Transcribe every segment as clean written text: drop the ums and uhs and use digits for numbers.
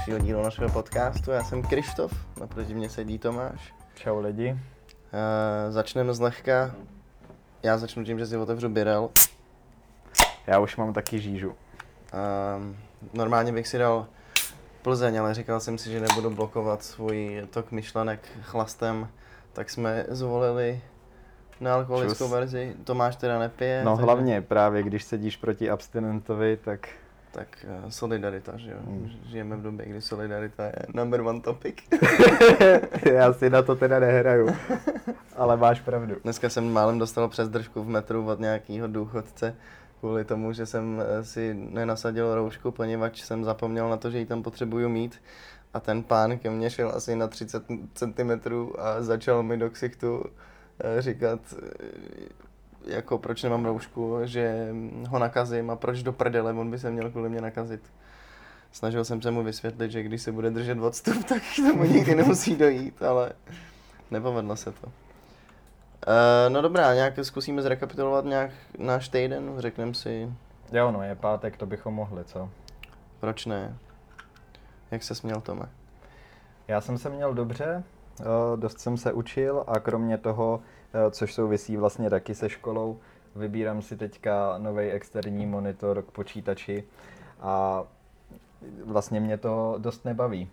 dalšího dílu našeho podcastu. Já jsem Krištof, naproti mě sedí Tomáš. Čau lidi. Začneme zlehka. Já začnu tím, že si otevřu birel. Já už mám taky žížu. Normálně bych si dal Plzeň, ale říkal jsem si, že nebudu blokovat svůj tok myšlenek chlastem, tak jsme zvolili nealkoholickou verzi. Tomáš teda nepije. No takže... hlavně právě, když sedíš proti abstinentovi, tak solidarita, že jo? Žijeme v době, kdy solidarita je number one topic. Já si na to teda nehraju, ale máš pravdu. Dneska jsem málem dostal přes držku v metru od nějakého důchodce kvůli tomu, že jsem si nenasadil roušku, poněvadž jsem zapomněl na to, že ji tam potřebuju mít. A ten pán ke mně šel asi na 30 cm a začal mi do ksichtu říkat, jako proč nemám roušku, že ho nakazím a proč do prdele, on by se měl kvůli mě nakazit. Snažil jsem se mu vysvětlit, že když se bude držet odstup, tak k tomu nikdy nemusí dojít, ale nepovedlo se to. No dobrá, nějak zkusíme zrekapitulovat nějak náš týden, řekneme si... Jo, no je pátek, to bychom mohli, co? Proč ne? Jak ses měl, Tome? Já jsem se měl dobře, dost jsem se učil a kromě toho, což souvisí vlastně taky se školou, vybírám si teďka nový externí monitor k počítači a vlastně mě to dost nebaví.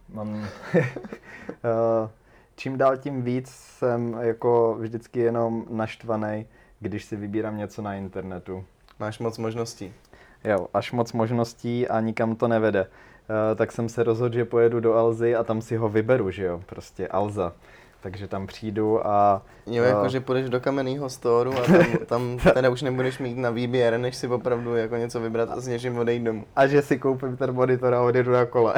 Čím dál tím víc jsem jako vždycky jenom naštvaný, když si vybírám něco na internetu. Máš moc možností. Jo, až moc možností a nikam to nevede. Tak jsem se rozhodl, že pojedu do Alzy a tam si ho vyberu, že jo, prostě Alza. Takže tam přijdu a... Jo, jakože půjdeš do kamenného storu a tam teda už nebudeš mít na výběr, než si opravdu jako něco vybrat a s něčím odejít domů. A že si koupím ten monitor a odjedu na kole.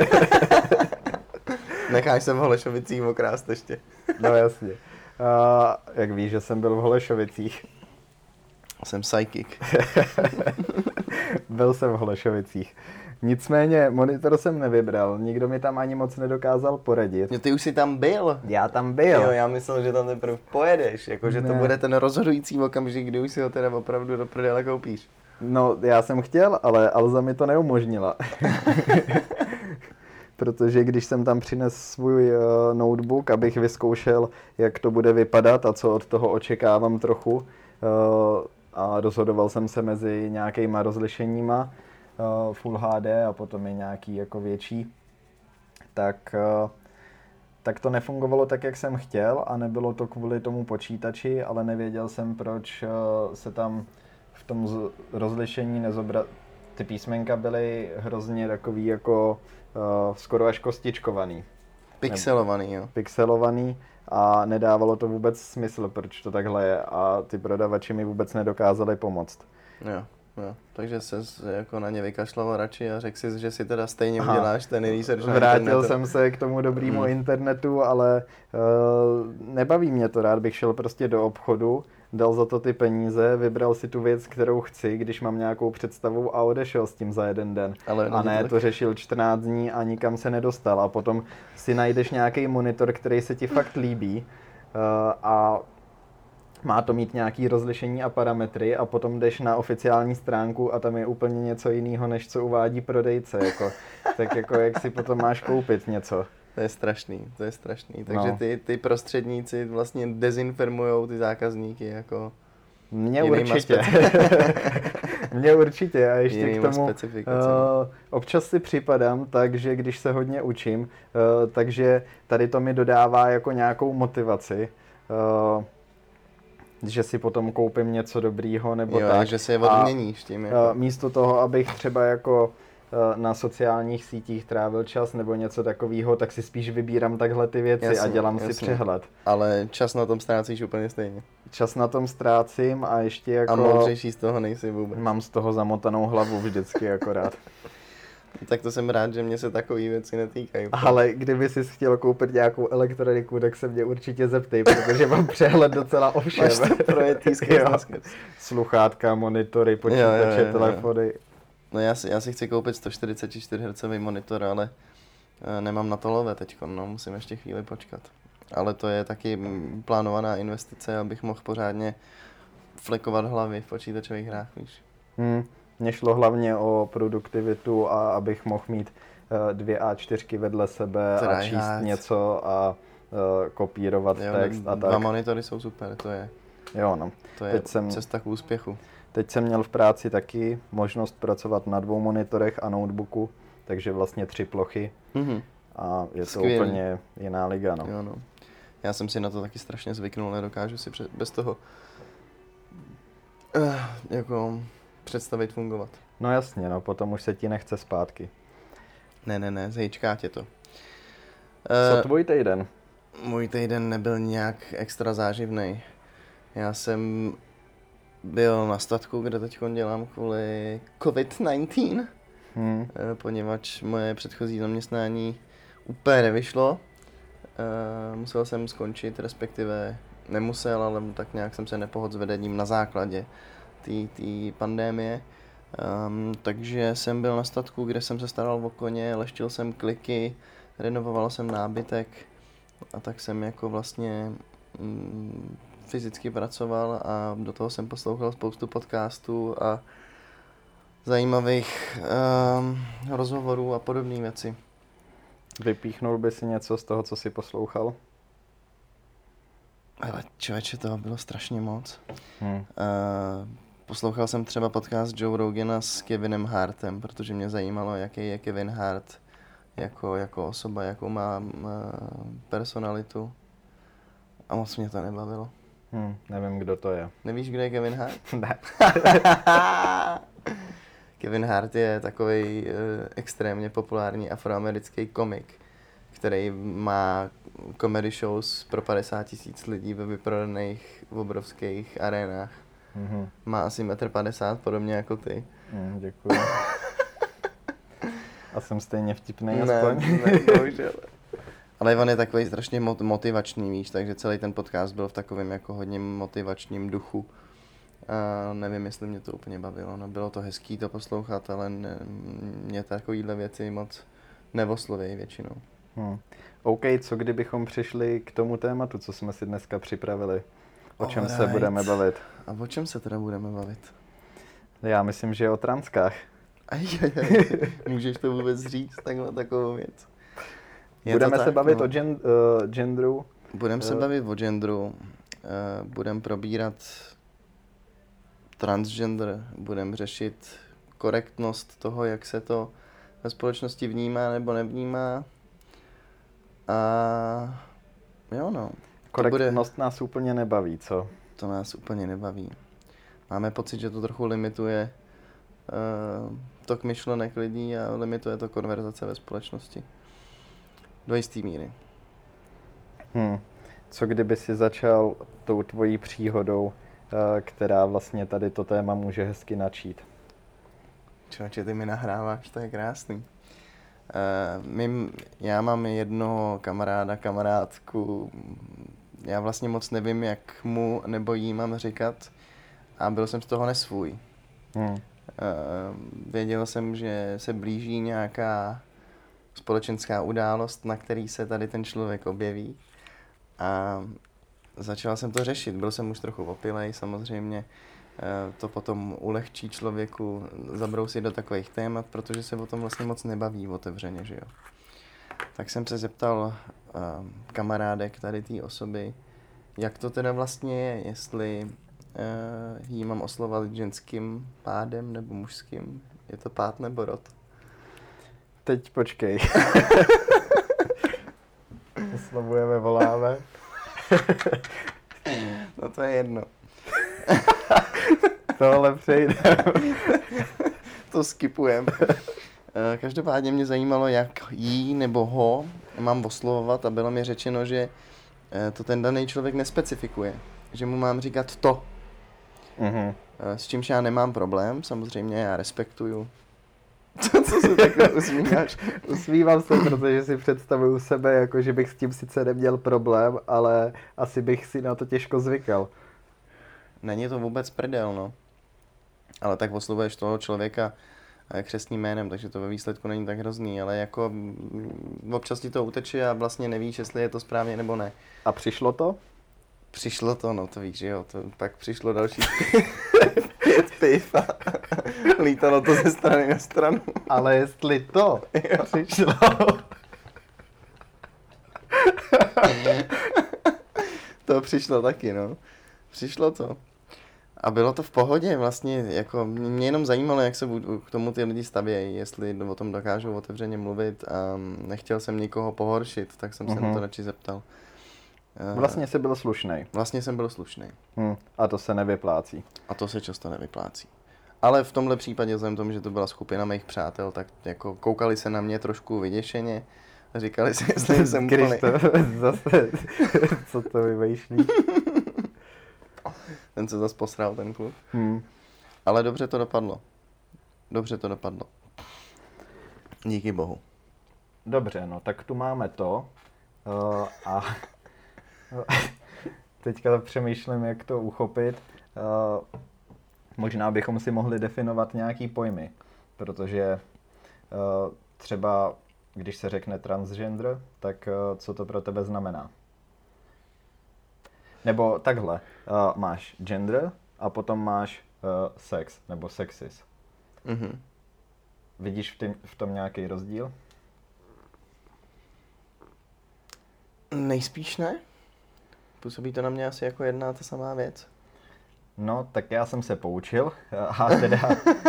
Necháš se v Holešovicích okrást ještě. No jasně. Jak víš, že jsem byl v Holešovicích? Jsem psychic. Byl jsem v Holešovicích. Nicméně monitor jsem nevybral, nikdo mi tam ani moc nedokázal poradit. Jo, ty už jsi tam byl. Já tam byl. Jo, já myslel, že tam teprve pojedeš, jakože to bude ten rozhodující okamžik, kdy už si ho teda opravdu do prdele koupíš. No, já jsem chtěl, ale Alza mi to neumožnila. Protože když jsem tam přinesl svůj notebook, abych vyzkoušel, jak to bude vypadat a co od toho očekávám trochu, a rozhodoval jsem se mezi nějakýma rozlišeníma, Full HD a potom i nějaký jako větší, tak to nefungovalo tak, jak jsem chtěl a nebylo to kvůli tomu počítači, ale nevěděl jsem, proč se tam v tom rozlišení ty písmenka byly hrozně takový jako skoro až kostičkovaný. Pixelovaný, jo. Pixelovaný a nedávalo to vůbec smysl, proč to takhle je a ty prodavači mi vůbec nedokázali pomoct. Jo. Takže ses jako na ně vykašlal radši a řekl si, že si teda stejně uděláš ten research na internetu. Vrátil jsem se k tomu dobrému internetu, ale nebaví mě to, rád bych šel prostě do obchodu, dal za to ty peníze, vybral si tu věc, kterou chci, když mám nějakou představu a odešel s tím za jeden den. A ne, to řešil 14 dní a nikam se nedostal a potom si najdeš nějaký monitor, který se ti fakt líbí a má to mít nějaké rozlišení a parametry a potom jdeš na oficiální stránku a tam je úplně něco jiného, než co uvádí prodejce. Tak jako jak si potom máš koupit něco. To je strašný. Takže no. ty prostředníci vlastně dezinformujou ty zákazníky jako Mně určitě a ještě k tomu občas si připadám tak, že když se hodně učím, takže tady to mi dodává jako nějakou motivaci. Že si potom koupím něco dobrýho nebo jo, tak. Že si je odměníš tím. Jako. Místo toho, abych třeba jako na sociálních sítích trávil čas nebo něco takového, tak si spíš vybírám takhle ty věci a dělám si přehled. Ale čas na tom ztrácíš úplně stejně. Čas na tom ztrácím a ještě jako... A moudřejší z toho nejsi vůbec. Mám z toho zamotanou hlavu vždycky akorát. Tak to jsem rád, že mě se takové věci netýkají. Ale kdyby jsi chtěl koupit nějakou elektroniku, tak se mě určitě zeptej, protože mám přehled docela o všem. Máš to projetý sluchátka, monitory, počítače, telefony. No já si chci koupit 144 Hz monitor, ale nemám na to love teďko, no musím ještě chvíli počkat. Ale to je taky plánovaná investice, abych mohl pořádně flikovat hlavy v počítačových hrách, víš. Mně šlo hlavně o produktivitu a abych mohl mít 2 A4 vedle sebe a číst něco a kopírovat text a tak. 2 monitory jsou super, to je. Jo, no. To je cesta k úspěchu. Teď jsem měl v práci taky možnost pracovat na 2 monitorech a notebooku, takže vlastně 3 plochy. A je to úplně jiná liga, no. Jo, no. Já jsem si na to taky strašně zvyknul, nedokážu si bez toho jako představit fungovat. No jasně, no, potom už se ti nechce zpátky. Ne, zajíčká tě to. Co tvůj týden? Můj týden nebyl nějak extra záživný. Já jsem byl na statku, kde teď dělám kvůli COVID-19, poněvadž moje předchozí zaměstnání úplně nevyšlo. Musel jsem skončit, respektive nemusel, ale tak nějak jsem se nepohodl s vedením na základě té pandémie. Takže jsem byl na statku, kde jsem se staral o koně, leštil jsem kliky, renovoval jsem nábytek a tak jsem jako vlastně fyzicky pracoval a do toho jsem poslouchal spoustu podcastů a zajímavých rozhovorů a podobné věci. Vypíchnul by si něco z toho, co jsi poslouchal? Ale člověče, toho bylo strašně moc. Poslouchal jsem třeba podcast Joe Rogana s Kevinem Hartem, protože mě zajímalo, jaký je Kevin Hart jako osoba, jakou má personalitu. A moc mě to nebavilo. Nevím, kdo to je. Nevíš, kdo je Kevin Hart? Ne. Kevin Hart je takový extrémně populární afroamerický komik, který má comedy shows pro 50 000 lidí ve vyprodaných obrovských arénách. Má asi 1,50 m, podobně jako ty. Děkuji. A jsem stejně vtipnej aspoň. Ne, bohužel. Ale on je takový strašně motivační, víš, takže celý ten podcast byl v takovém jako hodně motivačním duchu. A nevím, jestli mě to úplně bavilo. No, bylo to hezký to poslouchat, ale mě takovýhle věci moc nevoslovějí většinou. OK, co kdybychom přišli k tomu tématu, co jsme si dneska připravili? O čem se budeme bavit? A o čem se teda budeme bavit? Já myslím, že o transkách. Můžeš to vůbec říct, takhle takovou věc? Budeme se bavit o genderu. Budeme se bavit o genderu, budeme probírat transgender, budeme řešit korektnost toho, jak se to ve společnosti vnímá nebo nevnímá. A jo no. Korektnost nás úplně nebaví, co? To nás úplně nebaví. Máme pocit, že to trochu limituje tok myšlenek lidí a limituje to konverzace ve společnosti. Do jistý míry. Co kdyby si začal tou tvojí příhodou, která vlastně tady to téma může hezky načít? Člověče, ty mi nahráváš, to je krásný. Já mám jednoho kamarádku, já vlastně moc nevím, jak mu nebo jí mám říkat a byl jsem z toho nesvůj. Věděl jsem, že se blíží nějaká společenská událost, na který se tady ten člověk objeví a začal jsem to řešit. Byl jsem už trochu opilej, samozřejmě to potom ulehčí člověku zabrousit do takových témat, protože se o tom vlastně moc nebaví otevřeně, že jo. Tak jsem se zeptal kamarádek tady té osoby, jak to teda vlastně je, jestli jí mám oslovovat ženským pádem nebo mužským, je to pád nebo rod? Teď počkej. Oslovujeme, voláme. No to je jedno. Tohle přejdeme. To skipujeme. Každopádně mě zajímalo, jak jí nebo ho mám oslovovat a bylo mi řečeno, že to ten daný člověk nespecifikuje. Že mu mám říkat to. S čímž já nemám problém, samozřejmě já respektuju. Co se takhle usmíváš? Usmívám se, protože si představuju sebe, jako že bych s tím sice neměl problém, ale asi bych si na to těžko zvykal. Není to vůbec prdel, no. Ale tak oslovuješ toho člověka křestním jménem, takže to ve výsledku není tak hrozný, ale jako občas ti to uteče a vlastně nevíš, jestli je to správně nebo ne. A přišlo to? Přišlo to, no to víš, že jo, to pak přišlo další 5 piv a lítalo to ze strany na stranu. Ale jestli to přišlo... To přišlo taky, no. Přišlo to. A bylo to v pohodě, vlastně, jako mě jenom zajímalo, jak se k tomu ty lidi stavějí, jestli o tom dokážou otevřeně mluvit a nechtěl jsem nikoho pohoršit, tak jsem se na to radši zeptal. Vlastně jsi byl slušnej. Vlastně jsem byl slušnej. A to se nevyplácí. A to se často nevyplácí. Ale v tomhle případě, vzhledem tomu, že to byla skupina mých přátel, tak jako koukali se na mě trošku vyděšeně a říkali si, jestli jsem úplný. Zase, co to vymýšlí? Ten se zase posral, ten kluk. Ale dobře to dopadlo. Díky bohu. Dobře, no tak tu máme to. A teďka přemýšlím, jak to uchopit. Možná bychom si mohli definovat nějaký pojmy, protože třeba když se řekne transgender, tak co to pro tebe znamená? Nebo takhle, máš gender a potom máš sex nebo sexis. Vidíš v tom nějaký rozdíl? Nejspíš ne. Působí to na mě asi jako jedna a ta samá věc. No, tak já jsem se poučil a teda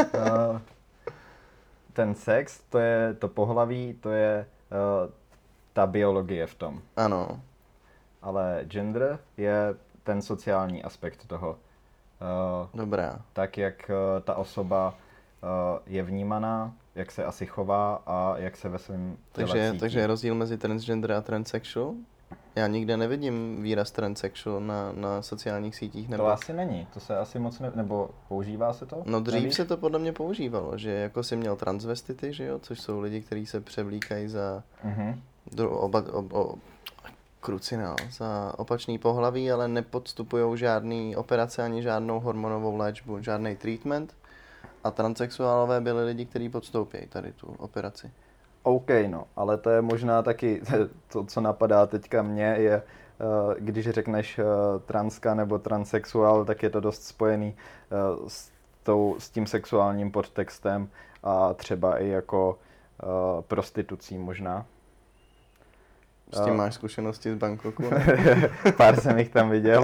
ten sex, to je to pohlaví, to je ta biologie v tom. Ano. Ale gender je ten sociální aspekt toho. Dobrá. Tak, jak ta osoba je vnímaná, jak se asi chová a jak se ve svém těle cítí. Takže je rozdíl mezi transgender a transsexual? Já nikde nevidím výraz transsexual na sociálních sítích. Nebo... To asi není, to se asi moc nebo používá se to? No dřív se to podle mě používalo, že jako si měl transvestity, že jo, což jsou lidi, kteří se převlíkají za za opačný pohlaví, ale nepodstupují žádný operace ani žádnou hormonovou léčbu, žádný treatment. A transsexuálové byli lidi, kteří podstoupí tady tu operaci. OK, no, ale to je možná taky to, co napadá teďka mě, je, když řekneš transka nebo transsexuál, tak je to dost spojený s tím sexuálním podtextem a třeba i jako prostitucí možná. S tím máš zkušenosti z Bangkoku? Pár jsem jich tam viděl.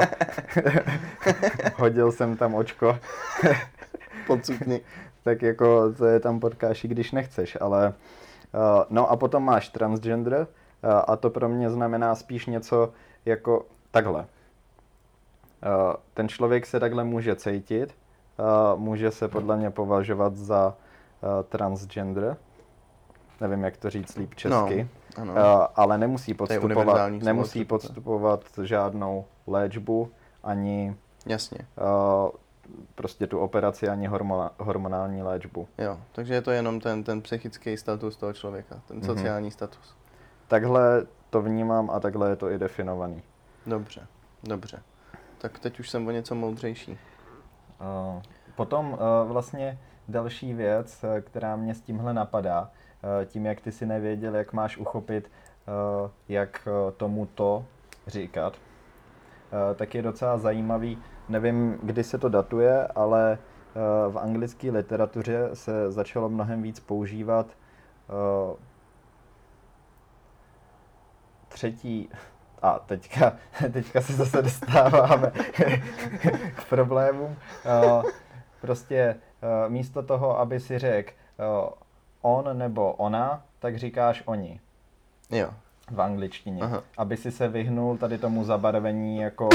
Hodil jsem tam očko. Podsukni. Tak jako to je tam potkáš, i když nechceš, ale no a potom máš transgender a to pro mě znamená spíš něco jako takhle. Ten člověk se takhle může cítit, může se podle mě považovat za transgender. Nevím, jak to říct líp česky. No, ale nemusí podstupovat žádnou léčbu, ani jasně. Prostě tu operaci, ani hormonální léčbu. Jo, takže je to jenom ten psychický status toho člověka, ten sociální status. Takhle to vnímám a takhle je to i definovaný. Dobře. Tak teď už jsem o něco moudřejší. Potom vlastně další věc, která mě s tímhle napadá, tím, jak ty si nevěděl, jak máš uchopit, jak tomuto říkat, tak je docela zajímavý. Nevím, kdy se to datuje, ale v anglické literatuře se začalo mnohem víc používat třetí... A teďka se zase dostáváme k problémům. Prostě místo toho, aby si řekl on nebo ona, tak říkáš oni. Jo. V angličtině. Aha. Aby si se vyhnul tady tomu zabarvení jako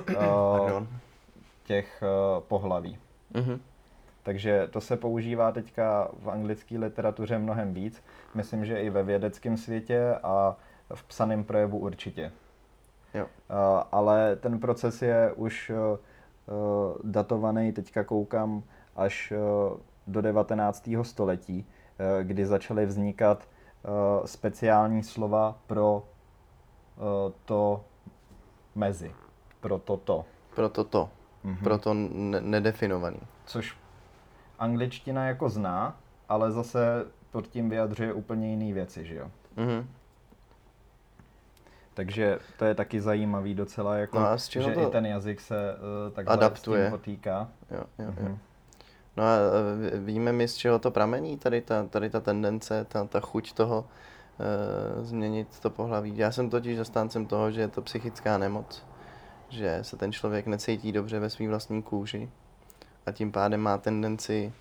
těch pohlaví. Takže to se používá teďka v anglické literatuře mnohem víc. Myslím, že i ve vědeckém světě a v psaném projevu určitě. Jo. Ale ten proces je už datovaný, teďka koukám, až do 19. století, kdy začaly vznikat speciální slova pro to mezi, pro toto. Pro to nedefinovaný. Což angličtina jako zná, ale zase pod tím vyjadřuje úplně jiné věci, že jo? Takže to je taky zajímavý docela, jako, No a z čeho že to i ten jazyk se takhle adaptuje. s tím potýká. Jo. No a víme my, z čeho to pramení, tady ta tendence, ta chuť toho změnit to pohlaví. Já jsem totiž zastáncem toho, že je to psychická nemoc, že se ten člověk necítí dobře ve svý vlastní kůži a tím pádem má tendenci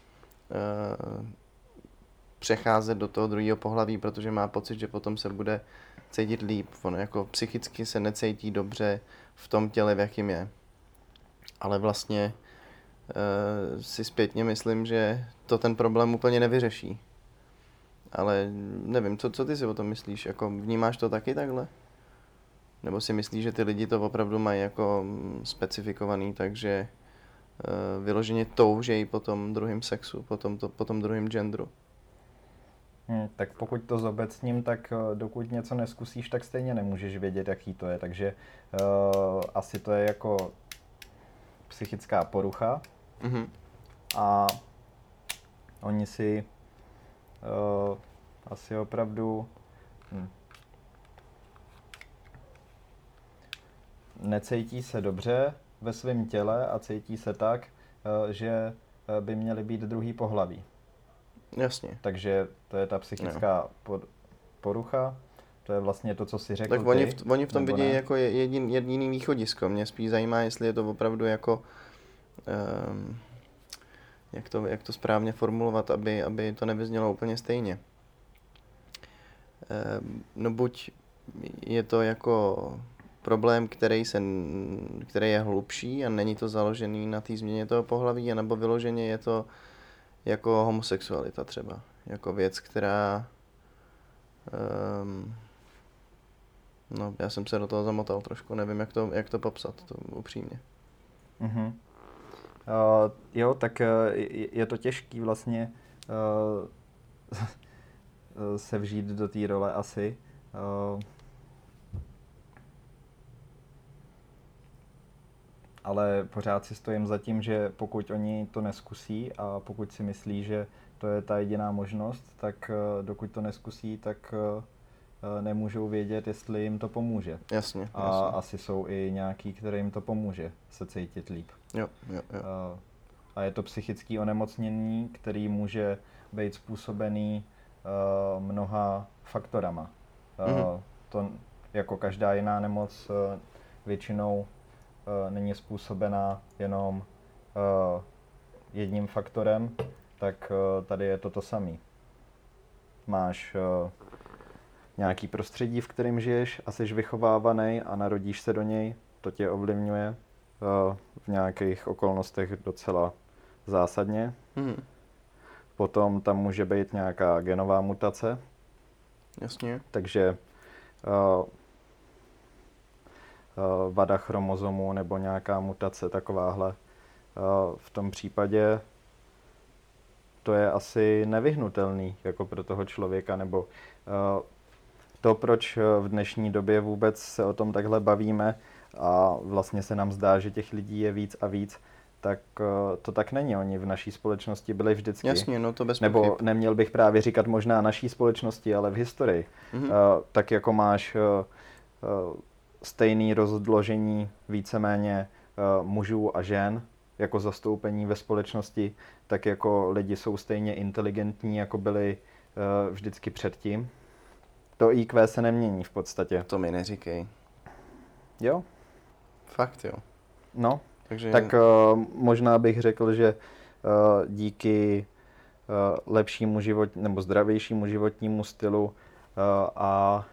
přecházet do toho druhého pohlaví, protože má pocit, že potom se bude cítit líp. On jako psychicky se necítí dobře v tom těle, v jakým je. Ale vlastně si zpětně myslím, že to ten problém úplně nevyřeší. Ale nevím, co ty si o tom myslíš? Jako vnímáš to taky takhle? Nebo si myslíš, že ty lidi to opravdu mají jako specifikovaný, takže vyloženě toužejí po tom druhém sexu, po tom druhém genderu? Tak pokud to zobecním, tak dokud něco neskusíš, tak stejně nemůžeš vědět, jaký to je. Takže asi to je jako psychická porucha. Mm-hmm. A oni si asi opravdu necítí se dobře ve svém těle a cítí se tak, že by měli být druhý pohlaví. Jasně. Takže to je ta psychická porucha. To je vlastně to, co si řekl tak ty. Oni v tom vidí jako jediný východisko. Mě spíš zajímá, jestli je to opravdu jako jak to správně formulovat, aby to nevyznělo úplně stejně. No buď je to jako problém, který je hlubší a není to založený na té změně toho pohlaví, anebo vyloženě je to jako homosexualita třeba. Jako věc, která no, já jsem se do toho zamotal trošku, nevím, jak to popsat, to upřímně. Mm-hmm. Jo, tak je to těžký vlastně se vžít do té role asi. Ale pořád si stojím za tím, že pokud oni to neskusí a pokud si myslí, že to je ta jediná možnost, tak dokud to neskusí, tak nemůžou vědět, jestli jim to pomůže. Jasně. A asi jsou i nějaký, který jim to pomůže se cítit líp. Jo. A je to psychické onemocnění, který může být způsobený mnoha faktorama. To jako každá jiná nemoc většinou není způsobená jenom jedním faktorem, tak tady je to samé. Máš nějaký prostředí, v kterém žiješ a jsi vychovávaný a narodíš se do něj, to tě ovlivňuje v nějakých okolnostech docela zásadně. Potom tam může být nějaká genová mutace. Jasně. Takže vada chromozomu nebo nějaká mutace takováhle. V tom případě to je asi nevyhnutelný jako pro toho člověka, nebo to, proč v dnešní době vůbec se o tom takhle bavíme a vlastně se nám zdá, že těch lidí je víc a víc, tak to tak není. Oni v naší společnosti byli vždycky. Jasně, no to bez Nebo pochyb. neměl bych právě říkat možná naší společnosti, ale v historii. Tak jako máš stejné rozložení víceméně mužů a žen jako zastoupení ve společnosti, tak jako lidi jsou stejně inteligentní, jako byli vždycky předtím. To IQ se nemění v podstatě. To mi neříkej. Jo? Fakt jo. No, takže... tak možná bych řekl, že díky lepšímu nebo zdravějšímu životnímu stylu a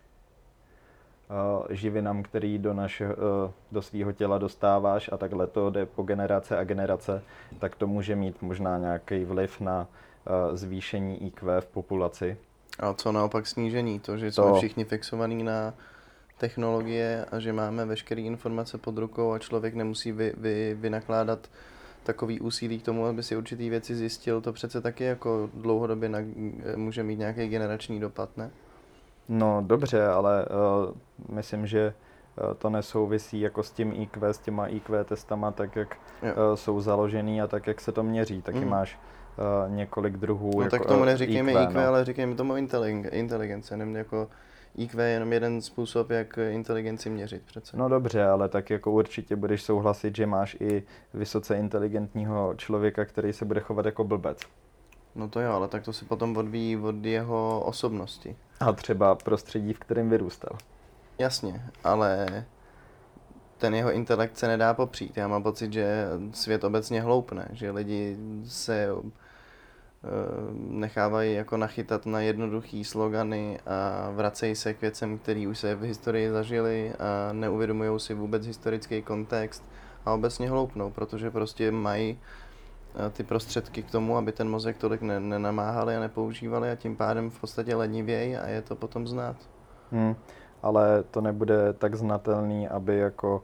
živinám, který do svého těla dostáváš a takhle to jde po generace a generace, tak to může mít možná nějaký vliv na zvýšení IQ v populaci. A co naopak snížení? To, že jsme všichni fixovaní na technologie a že máme veškeré informace pod rukou a člověk nemusí vynakládat takový úsilí k tomu, aby si určitý věci zjistil, to přece taky jako dlouhodobě může mít nějaký generační dopad, ne? No dobře, ale myslím, že to nesouvisí jako s tím IQ, s těma IQ testama, tak jak jsou založený a tak jak se to měří. Taky máš několik druhů. No jako tak tomu neříkejme IQ, no. ale říkejme tomu inteligence, nevím, jako IQ je jenom jeden způsob, jak inteligenci měřit přece. No dobře, ale tak jako určitě budeš souhlasit, že máš i vysoce inteligentního člověka, který se bude chovat jako blbec. No to jo, ale tak to se potom odvíjí od jeho osobnosti. A třeba prostředí, v kterém vyrůstal. Jasně, ale ten jeho intelekt se nedá popřít. Já mám pocit, že svět obecně hloupne, že lidi se nechávají jako nachytat na jednoduchý slogany a vracejí se k věcem, které už se v historii zažili a neuvědomují si vůbec historický kontext a obecně hloupnou, protože prostě mají ty prostředky k tomu, aby ten mozek tolik nenamáhali a nepoužívali a tím pádem v podstatě lenivěji a je to potom znát. Ale to nebude tak znatelný, aby jako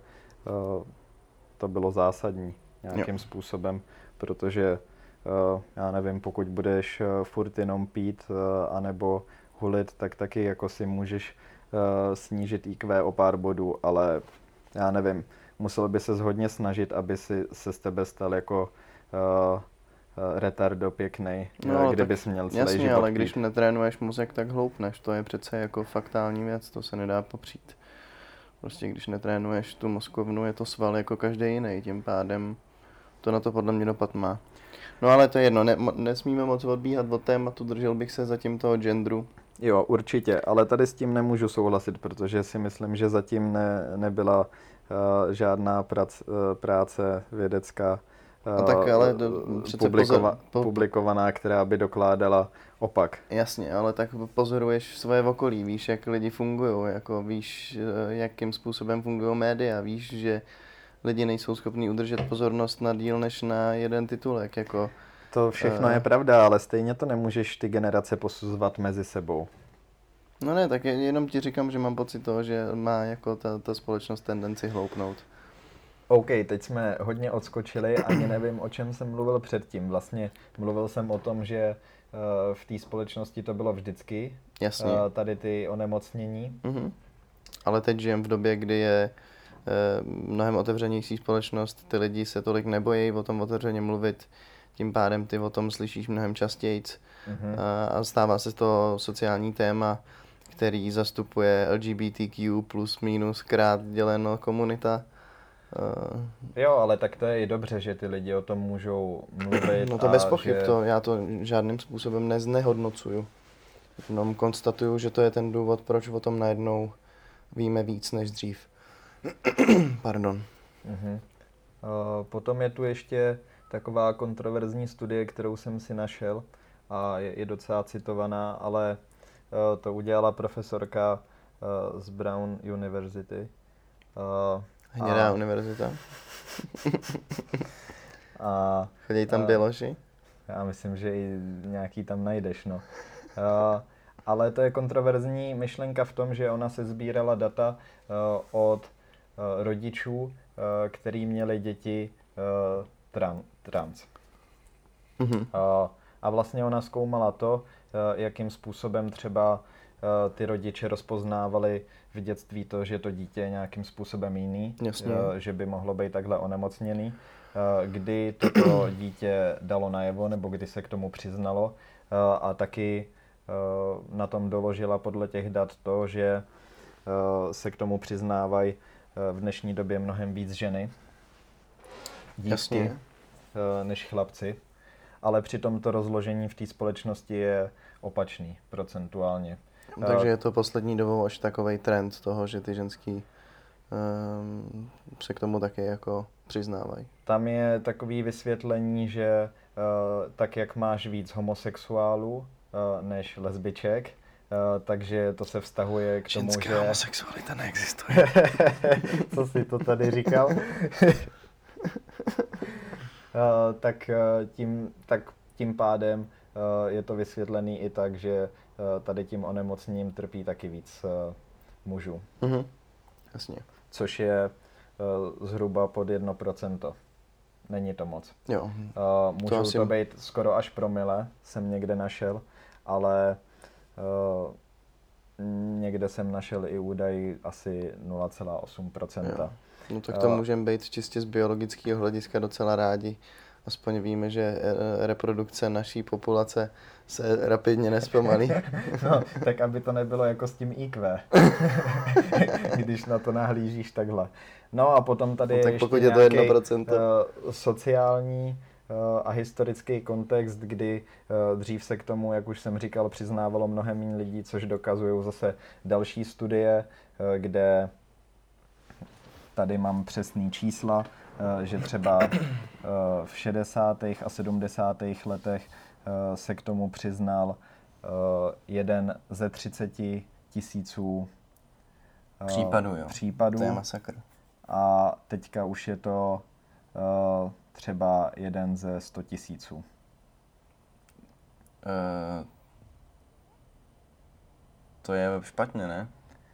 to bylo zásadní nějakým způsobem, protože já nevím, pokud budeš furt jenom pít anebo hulit, tak taky jako si můžeš snížit IQ o pár bodů, ale já nevím, musel by ses hodně snažit, aby se z tebe stal jako retardo pěknej, kdybys měl celý jasně, život ale pít. když netrénuješ mozek, tak hloupneš, to je přece jako faktální věc, to se nedá popřít. Prostě když netrénuješ tu mozkovnu, je to sval jako každý jiný, tím pádem to na to podle mě dopad má. No ale to je jedno, nesmíme moc odbíhat od tématu, držel bych se zatím toho genderu. Jo, určitě, ale tady s tím nemůžu souhlasit, protože si myslím, že zatím nebyla žádná práce vědecká tak ale přece publikovaná, která by dokládala opak. Jasně, ale tak pozoruješ svoje okolí, víš, jak lidi fungují, jako víš, jakým způsobem fungují média, víš, že lidi nejsou schopní udržet pozornost na díl než na jeden titulek, jako... To všechno je pravda, ale stejně to nemůžeš ty generace posuzovat mezi sebou. No ne, tak jenom ti říkám, že mám pocit toho, že má jako ta společnost tendenci hloupnout. OK, teď jsme hodně odskočili, ani nevím, o čem jsem mluvil předtím. Vlastně mluvil jsem o tom, že v té společnosti to bylo vždycky. Jasně. Tady ty onemocnění. Ale teď žijem v době, kdy je mnohem otevřenější společnost, ty lidi se tolik nebojí o tom otevřeně mluvit, tím pádem ty o tom slyšíš mnohem častějc a stává se to sociální téma, který zastupuje LGBTQ plus minus krát děleno komunita. Jo, ale tak to je i dobře, že ty lidi o tom můžou mluvit. No to bez pochyb, já to žádným způsobem neznehodnocuju. Jenom konstatuju, že to je ten důvod, proč o tom najednou víme víc než dřív. Pardon. Potom je tu ještě taková kontroverzní studie, kterou jsem si našel a je docela citovaná, ale to udělala profesorka z Brown University. Hnědá univerzita. Chodí tam běloži? Já myslím, že i nějaký tam najdeš, no. Ale to je kontroverzní myšlenka v tom, že ona se sbírala data od rodičů, který měli děti trans. A vlastně ona zkoumala to, jakým způsobem třeba ty rodiče rozpoznávali v dětství to, že to dítě je nějakým způsobem jiný, že by mohlo být takhle onemocněný, kdy toto dítě dalo najevo nebo kdy se k tomu přiznalo a taky na tom doložila podle těch dat to, že se k tomu přiznávají v dnešní době mnohem víc ženy, dívky, než chlapci. Ale přitom to rozložení v té společnosti je opačný procentuálně. Takže je to poslední dobou až takovej trend toho, že ty ženský se k tomu taky jako přiznávají. Tam je takový vysvětlení, že tak jak máš víc homosexuálů než lesbiček, takže to se vztahuje k tomu, ženská že... homosexualita neexistuje. Co jsi to tady říkal? Tak tím pádem je to vysvětlený i tak, že tady tím onemocněním trpí taky víc mužů. Jasně. Což je zhruba pod 1%. Není to moc. Jo. Můžou to být skoro až promile, jsem někde našel, ale někde jsem našel i údaj asi 0,8%. No tak to můžeme být čistě z biologického hlediska docela rádi. aspoň víme, že reprodukce naší populace se rapidně nespomalí. No, tak aby to nebylo jako s tím IQ, když na to nahlížíš takhle. No a potom tady No, tak ještě pokud je to nějaký 1%. Sociální a historický kontext, kdy dřív se k tomu, jak už jsem říkal, přiznávalo mnohem méně lidí, což dokazují zase další studie, kde tady mám přesný čísla, že třeba v 60. a 70. letech se k tomu přiznal 1 ze 30 tisíců případů. To je masakr. A teďka už je to třeba 1 ze 100 tisíců. To je špatně, ne?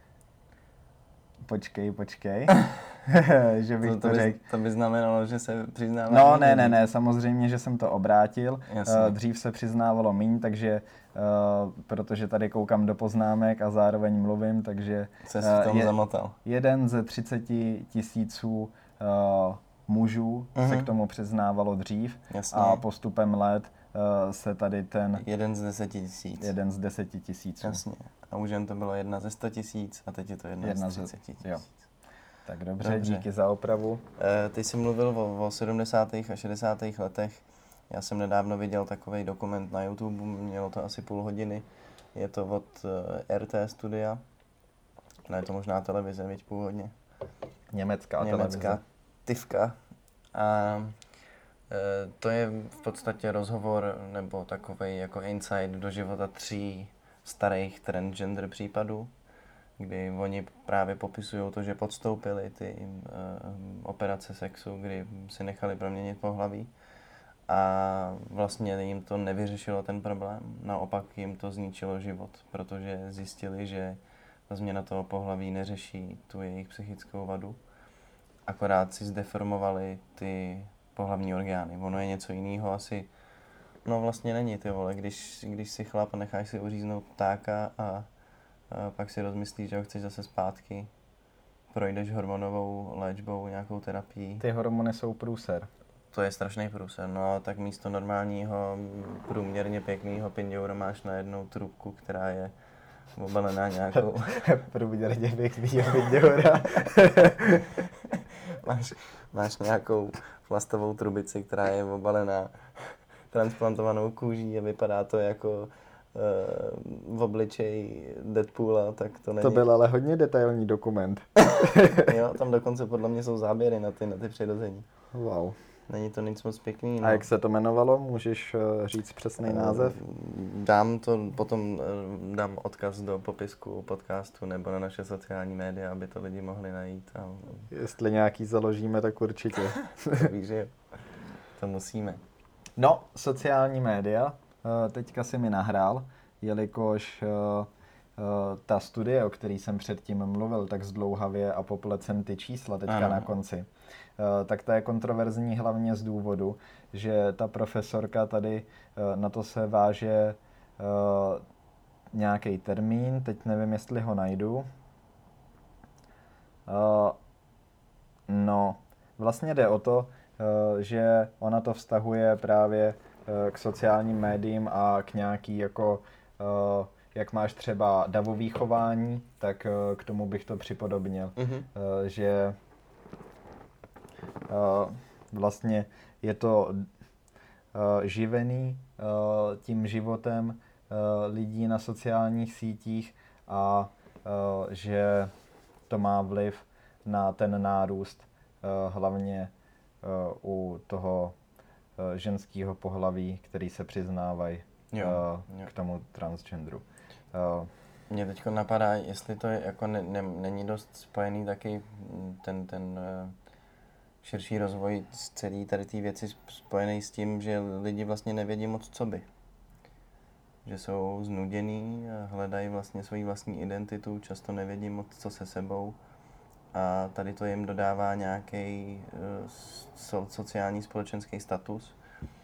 Počkej. Že bych to řekl. To by znamenalo, že se přiznává. No, ne, samozřejmě, že jsem to obrátil. Dřív se přiznávalo míň, takže protože tady koukám do poznámek a zároveň mluvím, takže se si v tom zamotal. 1 ze 30 tisíců mužů se k tomu přiznávalo dřív. Jasně. A postupem let se tady ten... 1 z 10 tisíc. 1 z 10 tisíců. Jasně. A už jen to bylo 1 ze 100 tisíc a teď je to 1 z 30 tisíc. Jo. Tak dobře, díky za opravu. Ty jsi mluvil o 70. a 60. letech. Já jsem nedávno viděl takový dokument na YouTube, mělo to asi půl hodiny. Je to od RT Studia. No, je to možná televize, viď původně. Německá televize. Tivka. A to je v podstatě rozhovor nebo takovej jako insight do života 3 starých transgender případů, kdy oni právě popisují to, že podstoupili ty operace sexu, kdy si nechali proměnit pohlaví a vlastně jim to nevyřešilo ten problém, naopak jim to zničilo život, protože zjistili, že ta změna toho pohlaví neřeší tu jejich psychickou vadu, akorát si zdeformovali ty pohlavní orgány. Ono je něco jiného asi, no vlastně není, ty vole, když si chlap a necháš si uříznout ptáka a pak si rozmyslíš, že ho chceš zase zpátky, projdeš hormonovou léčbou, nějakou terapii. Ty hormony jsou průser. To je strašný průser, no tak místo normálního, průměrně pěkného pindoura máš najednou trubku, která je obalená nějakou... Průměrně pěknýho pindoura. máš nějakou plastovou trubici, která je obalená transplantovanou kůží a vypadá to jako v obličej Deadpoola, tak to není. To byl ale hodně detailní dokument. Jo, tam dokonce podle mě jsou záběry na ty přirození. Wow. Není to nic moc pěkný. No. A jak se to jmenovalo? Můžeš říct přesný název? Dám odkaz do popisku podcastu nebo na naše sociální média, aby to lidi mohli najít. A... Jestli nějaký založíme, tak určitě. Víš, že jo. To musíme. No, sociální média. Teďka si mi nahrál, jelikož ta studie, o které jsem předtím mluvil, tak zdlouhavě a poplecem ty čísla teďka na konci, tak ta je kontroverzní hlavně z důvodu, že ta profesorka tady na to se váže nějaký termín, teď nevím, jestli ho najdu. No, vlastně jde o to, že ona to vztahuje právě k sociálním médiím a k nějaký jako, jak máš třeba davový chování, tak k tomu bych to připodobnil, že vlastně je to živený tím životem lidí na sociálních sítích a že to má vliv na ten nárůst hlavně u toho ženského pohlaví, který se přiznávají k tomu transgenderu. Mě teď napadá, jestli to je, jako není dost spojený taky ten širší rozvoj z celé tady té věci spojený s tím, že lidi vlastně nevědí moc co by. Že jsou znuděný, hledají vlastně svoji vlastní identitu, často nevědí moc co se sebou. A tady to jim dodává nějaký sociální společenský status.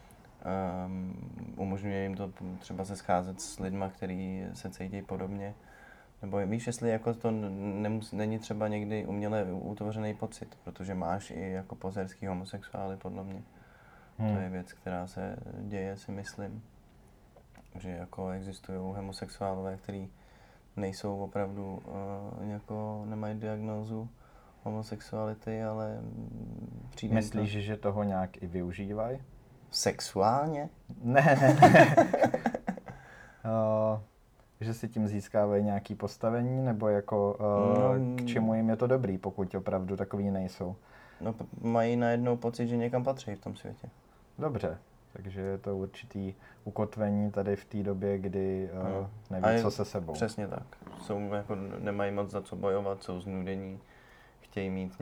Umožňuje jim to třeba se scházet s lidma, kteří se cítí podobně. Nebo víš, jestli jako to není třeba někdy uměle utvořený pocit, protože máš i jako pozerský homosexuály, podle mě. To je věc, která se děje, si myslím. Že jako existují homosexuálové, kteří nejsou opravdu, jako nemají diagnózu homosexuality, ale přijde Myslíš, že toho nějak i využívají? Sexuálně? Ne. Že si tím získávají nějaké postavení, nebo jako k čemu jim je to dobrý, pokud opravdu takový nejsou? No, mají najednou pocit, že někam patří v tom světě. Dobře, takže je to určitý ukotvení tady v té době, kdy neví, co se sebou. Přesně tak. Jako, nemají moc za co bojovat, jsou znudení, chtějí mít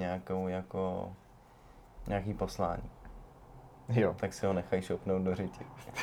nějaký poslání. Jo. Tak si ho nechají šoupnout do řiti.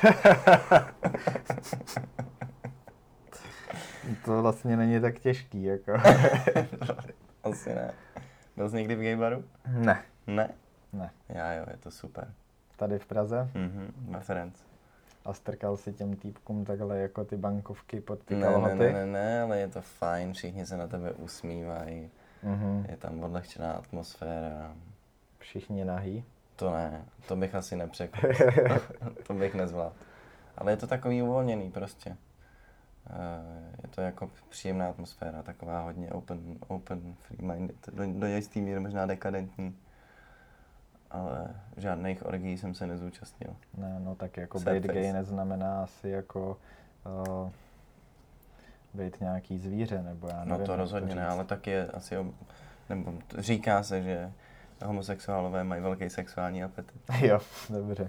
To vlastně není tak těžký, jako. Asi ne. Byl jsi někdy v gay baru? Ne. Ne? Ne. Já jo, je to super. Tady v Praze? Ve Ferenc. A strkal si těm týpkům takhle jako ty bankovky pod ty kalhoty? Ne, ale je to fajn, všichni se na tebe usmívají. Je tam odlehčená atmosféra. Všichni nahý? To ne, to bych asi nepřekl. To bych nezvládl. Ale je to takový uvolněný prostě. Je to jako příjemná atmosféra, taková hodně open free-minded. Do jistý míry možná dekadentní. Ale žádných orgií jsem se nezúčastnil. Ne, no tak jako být gay neznamená asi jako být nějaký zvíře, nebo já nevím. No to rozhodně ne, ale tak je asi, nebo říká se, že homosexuálové mají velký sexuální apetit. Jo, dobře.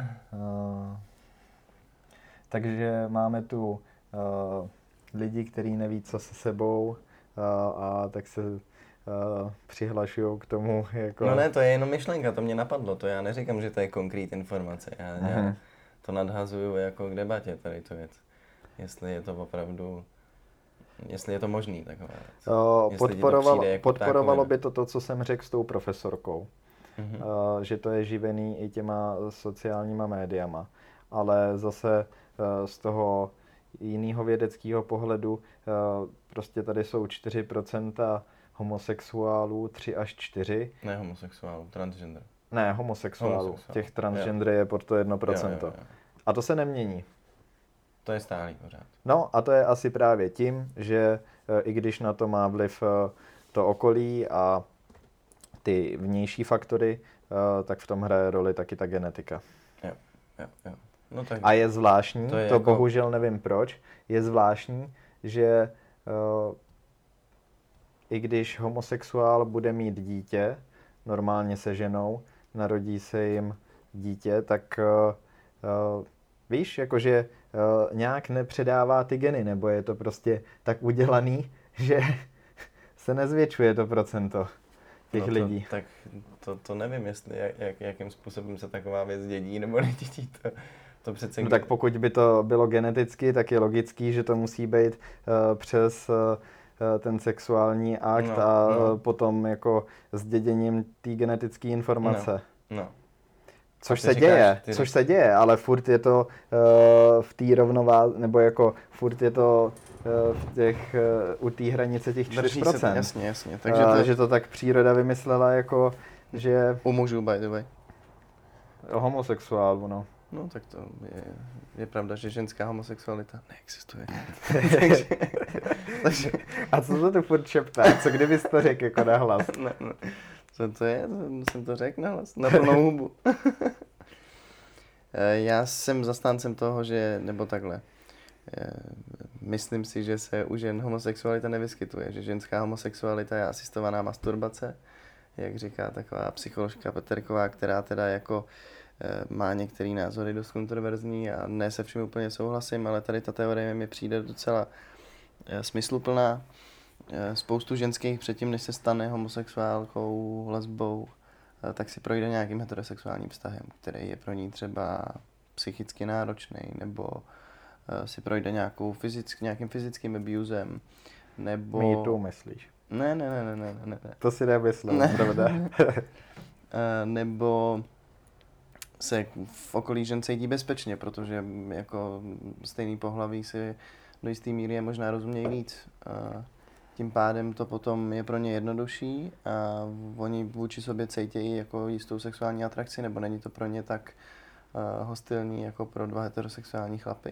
Takže máme tu lidi, kteří neví, co se sebou, a tak se přihlašují k tomu jako... No ne, to je jenom myšlenka, to mě napadlo, to já neříkám, že to je konkrét informace, já to nadhazuju jako k debatě tady tu věc. Jestli je to opravdu, jestli je to možný takové věc. Podporovalo by to, co jsem řekl s tou profesorkou, že to je živený i těma sociálníma médiama, ale zase z toho jiného vědeckého pohledu prostě tady jsou 4% homosexuálů, 3 až 4. Ne homosexuálů, transgender. Ne, homosexuálů. Těch transgender je pod to 1%. Jo. A to se nemění. To je stálý pořád. No a to je asi právě tím, že i když na to má vliv to okolí a ty vnější faktory, tak v tom hraje roli taky ta genetika. Jo. No, tak a je zvláštní, to jako... bohužel nevím proč, je zvláštní, že i když homosexuál bude mít dítě, normálně se ženou, narodí se jim dítě, tak víš, jakože nějak nepředává ty geny, nebo je to prostě tak udělaný, že se nezvětšuje to procento těch lidí. Tak to nevím, jestli jakým způsobem se taková věc dědí, nebo nedědí to přece... No tak pokud by to bylo geneticky, tak je logický, že to musí být přes ten sexuální akt potom jako s děděním té genetické informace. No. Což se děje, ale furt je to v té rovnováze, nebo jako furt je to v těch, u té hranice těch 4%. Jasně. Takže to tak příroda vymyslela jako, že... U mužů, by the way. Homosexuálů, no. No tak to je pravda, že ženská homosexualita neexistuje. takže... A co to tu furt šeptá? Co kdybys to řekl jako nahlas? Ne. Co to je? Jsem to řekl nahlas? Na plnou hubu. Já jsem zastáncem toho, že, nebo takhle, myslím si, že se u žen homosexualita nevyskytuje, že ženská homosexualita je asistovaná masturbace, jak říká taková psycholožka Peterková, která teda jako má některé názory dost kontroverzní a ne se všem úplně souhlasím, ale tady ta teorie mi přijde docela smysluplná. Spoustu ženských předtím, než se stane homosexuálkou, lesbou, tak si projde nějakým heterosexuálním vztahem, který je pro ní třeba psychicky náročný, nebo si projde nějakým fyzickým abusem, nebo... Me too, myslíš? Ne. To si nemyslím, pravda? Nebo se v okolí žen cítí bezpečně, protože jako stejný pohlaví si do jistý míry je možná rozumějí víc. Tím pádem to potom je pro ně jednodušší a oni vůči sobě cítějí jako jistou sexuální atrakci, nebo není to pro ně tak hostilní jako pro dva heterosexuální chlapy.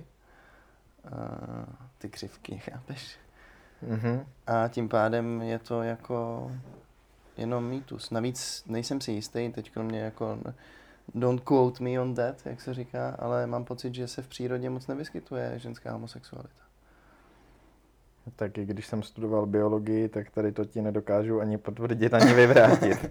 Ty křivky, chápeš? Mhm. A tím pádem je to jako jenom mýtus. Navíc nejsem si jistý, teď mě jako don't quote me on that, jak se říká, ale mám pocit, že se v přírodě moc nevyskytuje ženská homosexualita. Tak i když jsem studoval biologii, tak tady to ti nedokážu ani potvrdit, ani vyvrátit.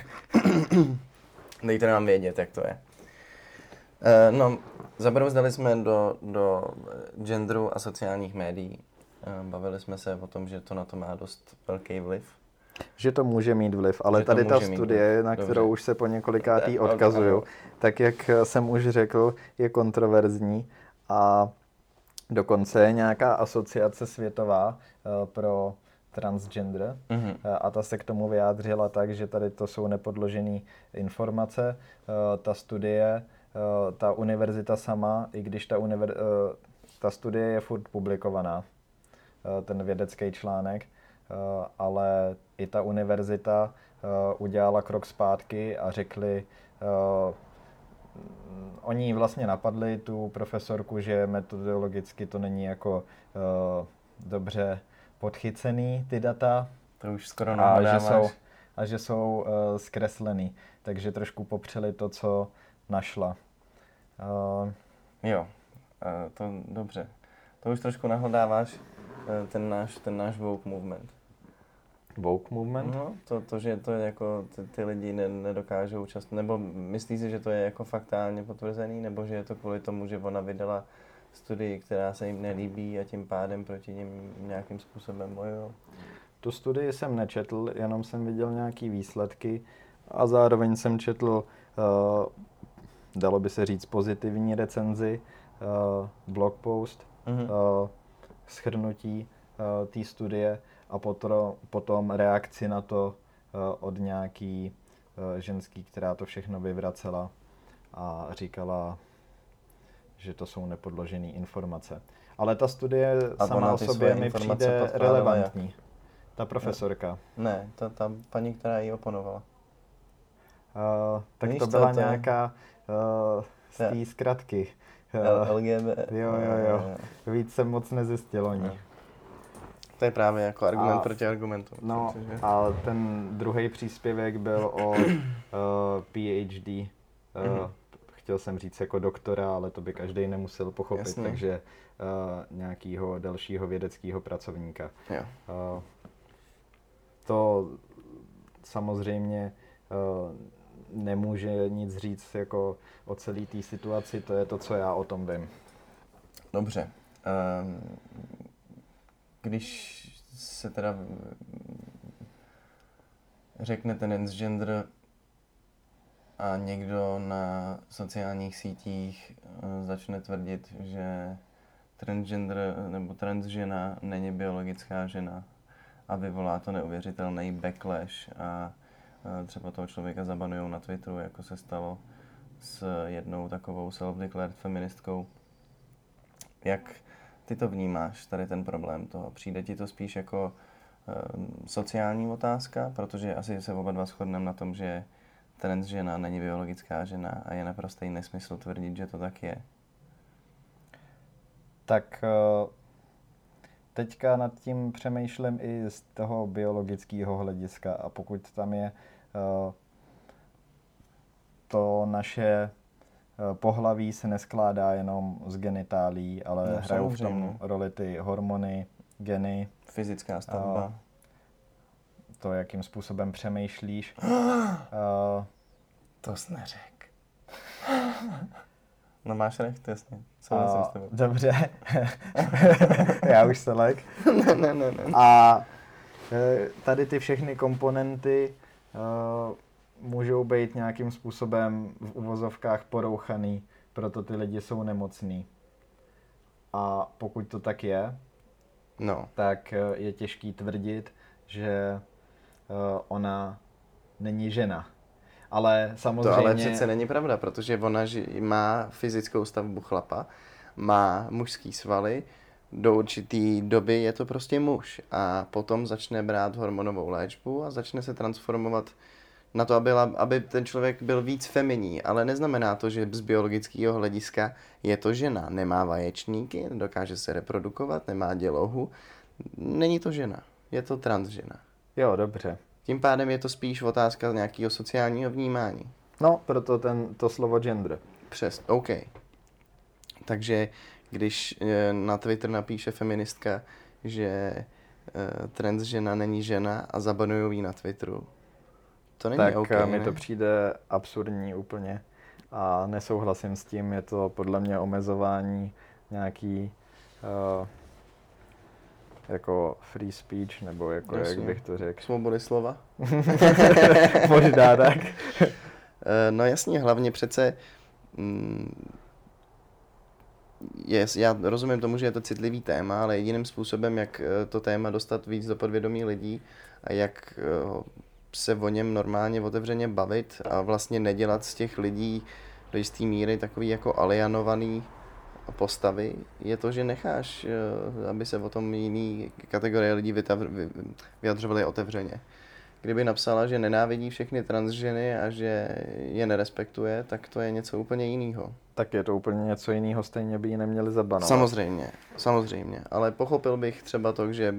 Dejte nám vědět, jak to je. No, zabrouzdali jsme do genderu a sociálních médií. Bavili jsme se o tom, že to na to má dost velký vliv. Že to může mít vliv, ale Že to tady ta může mít studie, vliv. na Dobře. kterou už se po několikátý odkazuju, tak jak jsem už řekl, je kontroverzní a dokonce je nějaká asociace světová pro transgender a ta se k tomu vyjádřila tak, že tady to jsou nepodložené informace. Ta studie, ta univerzita sama, i když ta studie je furt publikovaná, ten vědecký článek, ale i ta univerzita udělala krok zpátky a řekli, oni vlastně napadli tu profesorku, že metodologicky to není jako dobře podchycený ty data. To už skoro nahledáváš. A že jsou zkreslený, takže trošku popřeli to, co našla. Jo, to dobře. To už trošku nahledáváš ten náš woke movement. Woke movement? No, to že to je jako ty lidi nedokážou často, nebo myslíš si, že to je jako faktálně potvrzený, nebo že je to kvůli tomu, že ona vydala studii, která se jim nelíbí a tím pádem proti nim nějakým způsobem bojují? Tu studii jsem nečetl, jenom jsem viděl nějaký výsledky a zároveň jsem četl, dalo by se říct, pozitivní recenzi, blog post, shrnutí té studie a potom reakci na to od nějaký ženský, která to všechno vyvracela a říkala, že to jsou nepodložené informace. Ale ta studie sama o sobě mi přijde relevantní. Ta profesorka. Ne, ta paní, která jí oponovala. Tak to byla nějaká z té zkratky. LGBT. Jo. Víc jsem moc nezjistil o ní. To je právě jako argument proti argumentu. No a ten druhý příspěvek byl o PhD. Chtěl jsem říct jako doktora, ale to by každý nemusel pochopit, Jasně. takže nějakého dalšího vědeckého pracovníka. Jo. To samozřejmě nemůže nic říct jako o celé té situaci, to je to, co já o tom vím. Dobře. Když se teda řekne transgender a někdo na sociálních sítích začne tvrdit, že transgender nebo transžena není biologická žena a vyvolá to neuvěřitelný backlash a třeba toho člověka zabanujou na Twitteru, jako se stalo s jednou takovou self-declared feministkou. Jak ty to vnímáš, tady ten problém toho? Přijde ti to spíš jako sociální otázka, protože asi se oba dva shodneme na tom, že transžena není biologická žena a je naprostý nesmysl tvrdit, že to tak je. Tak teďka nad tím přemýšlím i z toho biologického hlediska a pokud tam je to naše pohlaví se neskládá jenom z genitálí, ale hrajou v tom roli ty hormony, geny. Fyzická stavba. To, jakým způsobem přemýšlíš. To jsi neřek. No máš recht, jasně. Dobře. Já už se lek. Ne. A tady ty všechny komponenty můžou být nějakým způsobem v uvozovkách porouchaný, proto ty lidi jsou nemocný. A pokud to tak je, tak je těžký tvrdit, že ona není žena. Ale samozřejmě... To ale přece není pravda, protože ona má fyzickou stavbu chlapa, má mužský svaly, do určitý doby je to prostě muž a potom začne brát hormonovou léčbu a začne se transformovat na to, aby ten člověk byl víc feminní, ale neznamená to, že z biologického hlediska je to žena. Nemá vaječníky, nedokáže se reprodukovat, nemá dělohu. Není to žena, je to transžena. Jo, dobře. Tím pádem je to spíš otázka nějakého sociálního vnímání. No, proto to slovo gender. OK. Takže když na Twitter napíše feministka, že transžena není žena a zabanují ji na Twitteru, to není tak OK, mi ne? to přijde absurdní úplně a nesouhlasím s tím, je to podle mě omezování nějaký jako free speech, nebo jako, Jasně. jak bych to řekl. Svobody slova? Možná tak. No jasně, hlavně přece já rozumím tomu, že je to citlivý téma, ale jediným způsobem, jak to téma dostat víc do podvědomí lidí a jak se o něm normálně otevřeně bavit a vlastně nedělat z těch lidí do jisté míry takový jako alienovaný postavy, je to, že necháš, aby se o tom jiný kategorie lidí vyjadřovaly otevřeně. Kdyby napsala, že nenávidí všechny transženy a že je nerespektuje, tak to je něco úplně jiného. Tak je to úplně něco jiného, stejně by ji neměli zabanovat. Samozřejmě, ale pochopil bych třeba to, že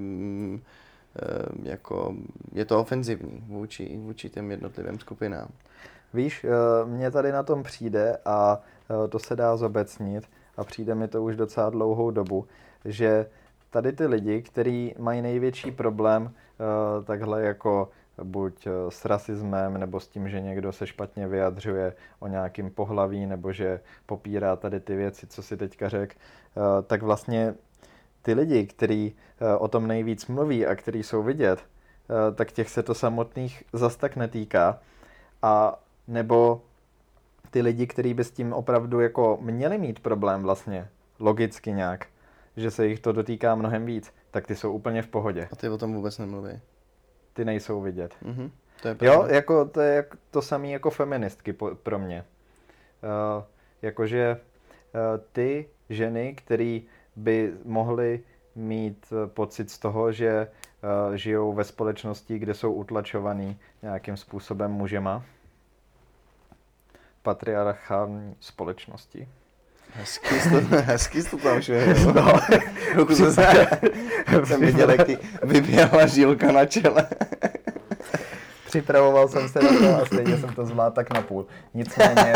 jako je to ofenzivní vůči těm jednotlivým skupinám. Víš, mně tady na tom přijde a to se dá zobecnit a přijde mi to už docela dlouhou dobu, že tady ty lidi, kteří mají největší problém takhle jako buď s rasismem, nebo s tím, že někdo se špatně vyjadřuje o nějakým pohlaví, nebo že popírá tady ty věci, co si teďka řekl, tak vlastně ty lidi, kteří o tom nejvíc mluví a kteří jsou vidět, tak těch se to samotných zas tak netýká. A nebo ty lidi, kteří by s tím opravdu jako měli mít problém vlastně, logicky nějak, že se jich to dotýká mnohem víc, tak ty jsou úplně v pohodě. A ty o tom vůbec nemluví. Ty nejsou vidět. To je pravda. Jo, jako to je to samé jako feministky pro mě. Jakože ty ženy, které by mohly mít pocit z toho, že žijou ve společnosti, kde jsou utlačovaný nějakým způsobem mužema, patriarchální společnosti. Hezky jsi to tam šel. No. Jsem viděl, jak ti vyběhla žílka na čele. Připravoval jsem se na to a stejně jsem to zvládl tak na půl. Nicméně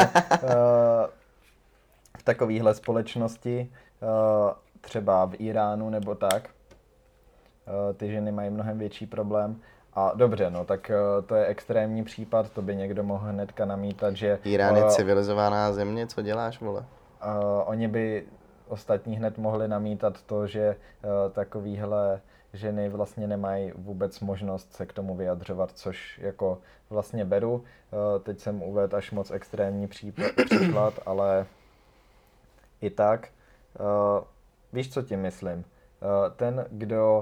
v takovéhle společnosti, třeba v Iránu nebo tak, ty ženy mají mnohem větší problém. A dobře, no tak to je extrémní případ, to by někdo mohl hnedka namítat, že... Irán je civilizovaná země, co děláš, vole? Oni by ostatní hned mohli namítat to, že takovýhle ženy vlastně nemají vůbec možnost se k tomu vyjadřovat, což jako vlastně beru. Teď jsem uvedl až moc extrémní příklad, ale i tak. Víš, co tím myslím? Ten, kdo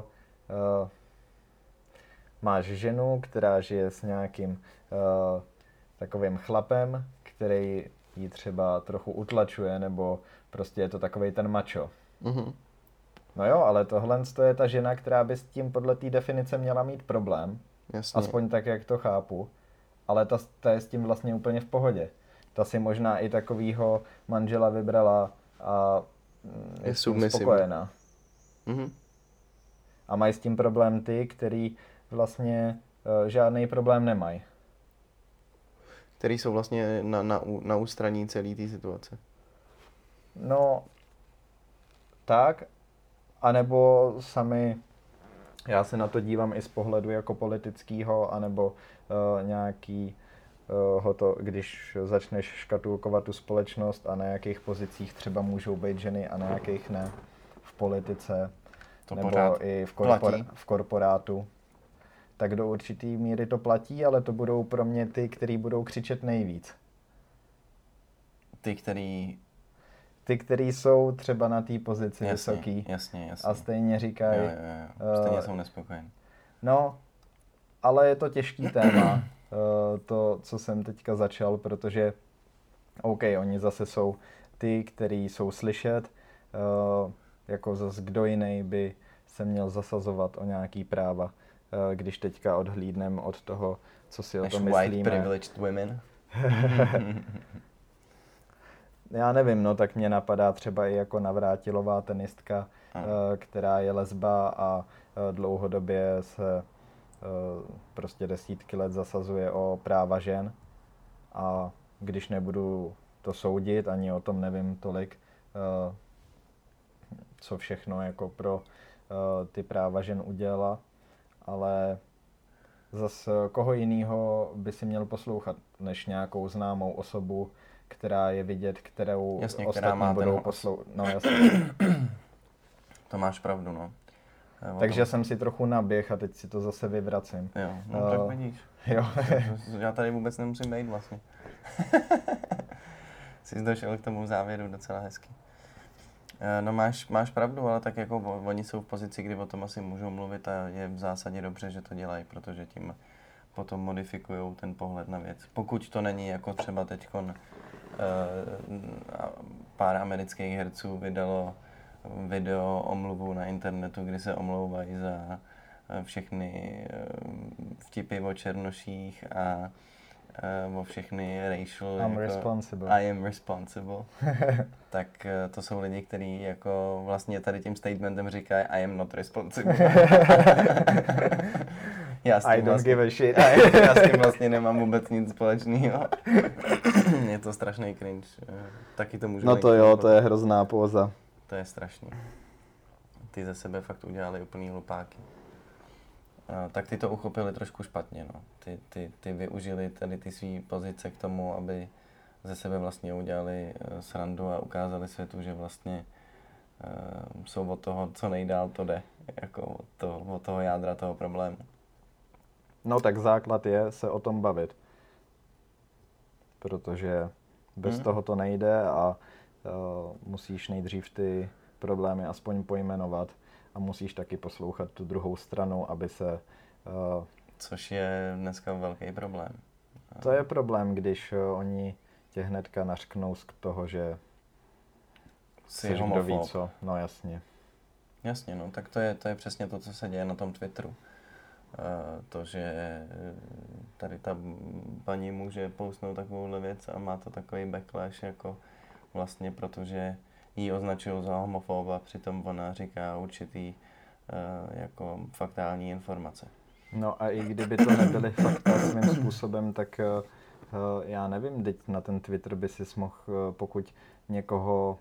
máš ženu, která žije s nějakým takovým chlapem, který ji třeba trochu utlačuje, nebo prostě je to takovej ten macho. Mm-hmm. No jo, ale tohle je ta žena, která by s tím podle té definice měla mít problém. Jasně. Aspoň tak, jak to chápu. Ale ta je s tím vlastně úplně v pohodě. Ta si možná i takovýho manžela vybrala a je s tím spokojená. Mm-hmm. A mají s tím problém ty, který vlastně žádný problém nemají. Který jsou vlastně na ústraní celé té situace. No, tak, anebo sami, já se na to dívám i z pohledu jako politického, anebo když začneš škatulkovat tu společnost a na jakých pozicích třeba můžou být ženy a na jakých ne v politice, to nebo i v korporátu. Tak do určitý míry to platí, ale to budou pro mě ty, kteří budou křičet nejvíc. Ty, který jsou třeba na té pozici vysoký. Jasně. A stejně říkají... Jo. Stejně jsou nespokojení. No, ale je to těžký téma, to, co jsem teďka začal, protože OK, oni zase jsou ty, kteří jsou slyšet, jako zase kdo jiný by se měl zasazovat o nějaký práva když teďka odhlídnem od toho, co si o tom white myslíme. privileged women. Já nevím, no tak mě napadá třeba i jako Navrátilová tenistka, která je lesba a dlouhodobě se prostě desítky let zasazuje o práva žen. A když nebudu to soudit, ani o tom nevím tolik, co všechno jako pro ty práva žen udělala, ale zase koho jiného by si měl poslouchat, než nějakou známou osobu, která je vidět, kterou jasně, ostatní budou poslouchat. No jasně. To máš pravdu, no. Takže jsem si trochu naběh a teď si to zase vyvracím. Jo, no tak vidíš. Jo. Já tady vůbec nemusím být vlastně. Jsi došel k tomu závěru docela hezky. No máš pravdu, ale tak jako oni jsou v pozici, kdy o tom asi můžou mluvit a je v zásadě dobře, že to dělají, protože tím potom modifikují ten pohled na věc. Pokud to není jako třeba teďkon pár amerických herců vydalo video omluvu na internetu, kdy se omlouvají za všechny vtipy o černoších a o všechny racial, I am responsible. Tak to jsou lidi, kteří jako vlastně tady tím statementem říkají I am not responsible. I don't give a shit. Já s tím vlastně nemám vůbec nic společného. Je to strašný cringe. Taky to můžu... No to jo, to je hrozná póza. To je strašný. Ty ze sebe fakt udělali úplný hlupáky. Tak ty to uchopili trošku špatně, no. Ty využili tady ty svý pozice k tomu, aby ze sebe vlastně udělali srandu a ukázali světu, že vlastně jsou od toho, co nejdál to jde, jako od toho jádra toho problému. No tak základ je se o tom bavit. Protože bez toho to nejde a musíš nejdřív ty problémy aspoň pojmenovat a musíš taky poslouchat tu druhou stranu, aby se... Což je dneska velký problém. To je problém, když oni tě hnedka nařknou z toho, že jsi homofób. Kdo ví co. No jasně. Jasně, no, tak to je přesně to, co se děje na tom Twitteru. To, že tady ta paní může postnout takovouhle věc a má to takový backlash, jako vlastně protože ji označují za homofoba, přitom ona říká určitý jako faktální informace. No a i kdyby to nebyly fakta svým způsobem, tak já nevím, teď na ten Twitter by si mohl, pokud někoho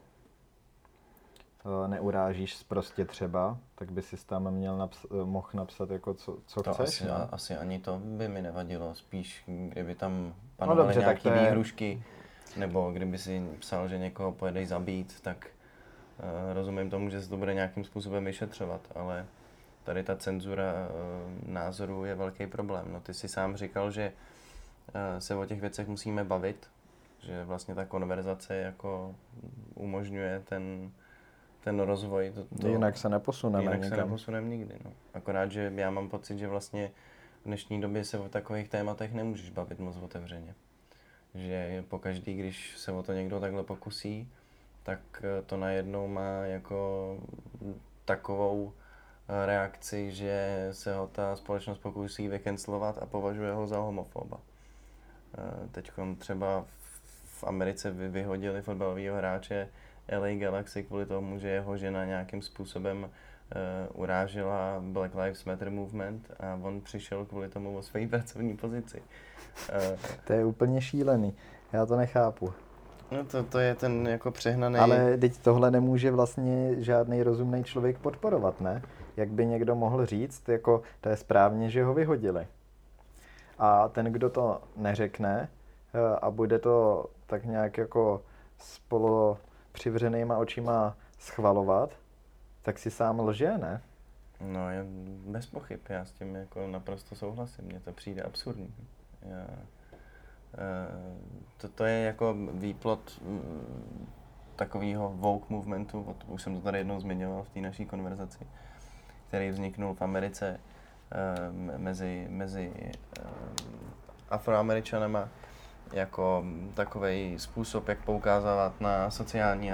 neurážíš prostě třeba, tak by si tam mohl napsat jako co to chceš. Asi ani to by mi nevadilo, spíš kdyby tam panovaly nějaký výhrušky, nebo kdyby si psal, že někoho pojedeš zabít, tak rozumím tomu, že se to bude nějakým způsobem vyšetřovat, ale tady ta cenzura názorů je velký problém. No, ty si sám říkal, že se o těch věcech musíme bavit, že vlastně ta konverzace jako umožňuje ten rozvoj. Jinak se neposuneme nikam. Jinak se neposuneme nikdy. No. Akorát, že já mám pocit, že vlastně v dnešní době se o takových tématech nemůžeš bavit moc otevřeně. Že pokaždý, když se o to někdo takhle pokusí, tak to najednou má jako takovou reakci, že se ho ta společnost pokusí vycancelovat a považuje ho za homofoba. Teďkon třeba v Americe vyhodili fotbalového hráče LA Galaxy kvůli tomu, že jeho žena nějakým způsobem urážela Black Lives Matter movement a on přišel kvůli tomu o své pracovní pozici. To je úplně šílený, já to nechápu. No to je ten jako přehnaný... Ale teď tohle nemůže vlastně žádný rozumný člověk podporovat, ne? Jak by někdo mohl říct, jako to je správně, že ho vyhodili. A ten, kdo to neřekne a bude to tak nějak jako spolu přivřenýma očima schvalovat, tak si sám lže, ne? No, bez pochyb, já s tím jako naprosto souhlasím, mně to přijde absurdní. To je jako výplod takového woke movementu, už jsem to tady jednou zmiňoval v té naší konverzaci, který vzniknul v Americe mezi Afroameričanama jako takovej způsob, jak poukázat na sociální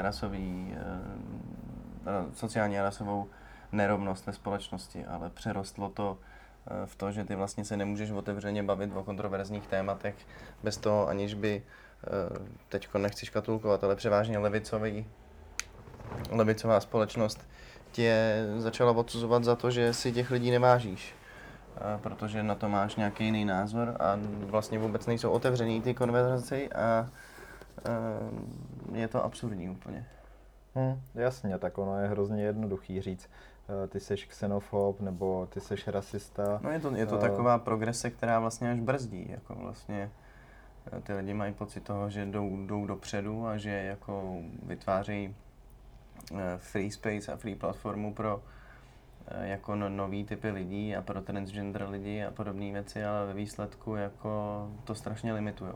a rasovou nerovnost ve společnosti, ale přerostlo to v to, že ty vlastně se nemůžeš otevřeně bavit o kontroverzních tématech bez toho, aniž by, teďko nechci škatulkovat, ale převážně levicová společnost tě začala odsuzovat za to, že si těch lidí nevážíš. Protože na to máš nějaký jiný názor a vlastně vůbec nejsou otevřený ty konverzaci a je to absurdní úplně. Jasně, tak ono je hrozně jednoduchý říct, ty seš xenofob nebo ty seš rasista. No je to taková progrese, která vlastně až brzdí, jako vlastně ty lidi mají pocit toho, že jdou dopředu a že jako vytvářejí free space a free platformu pro jako nový typy lidí a pro transgender lidi a podobné věci, ale ve výsledku jako to strašně limitujou.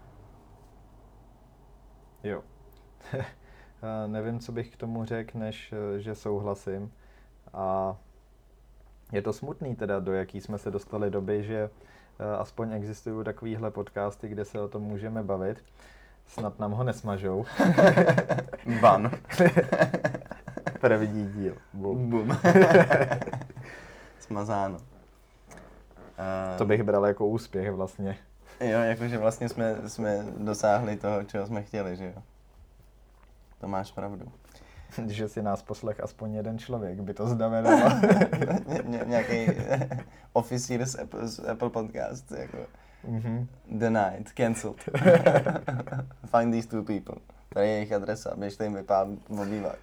Jo. Nevím, co bych k tomu řekl, než že souhlasím. A je to smutný teda, do jaký jsme se dostali doby, že aspoň existují takovýhle podcasty, kde se o tom můžeme bavit. Snad nám ho nesmažou. Ban. První díl. Bum. Smazáno. To bych bral jako úspěch vlastně. Jo, jakože vlastně jsme dosáhli toho, čeho jsme chtěli, že jo. To máš pravdu. Že si nás poslech aspoň jeden člověk, by to znamenalo. Nějaký officer z Apple Podcast, jako denied, cancelled. Find these two people. Tady je jejich adresa, běžte jim vypálit obývák.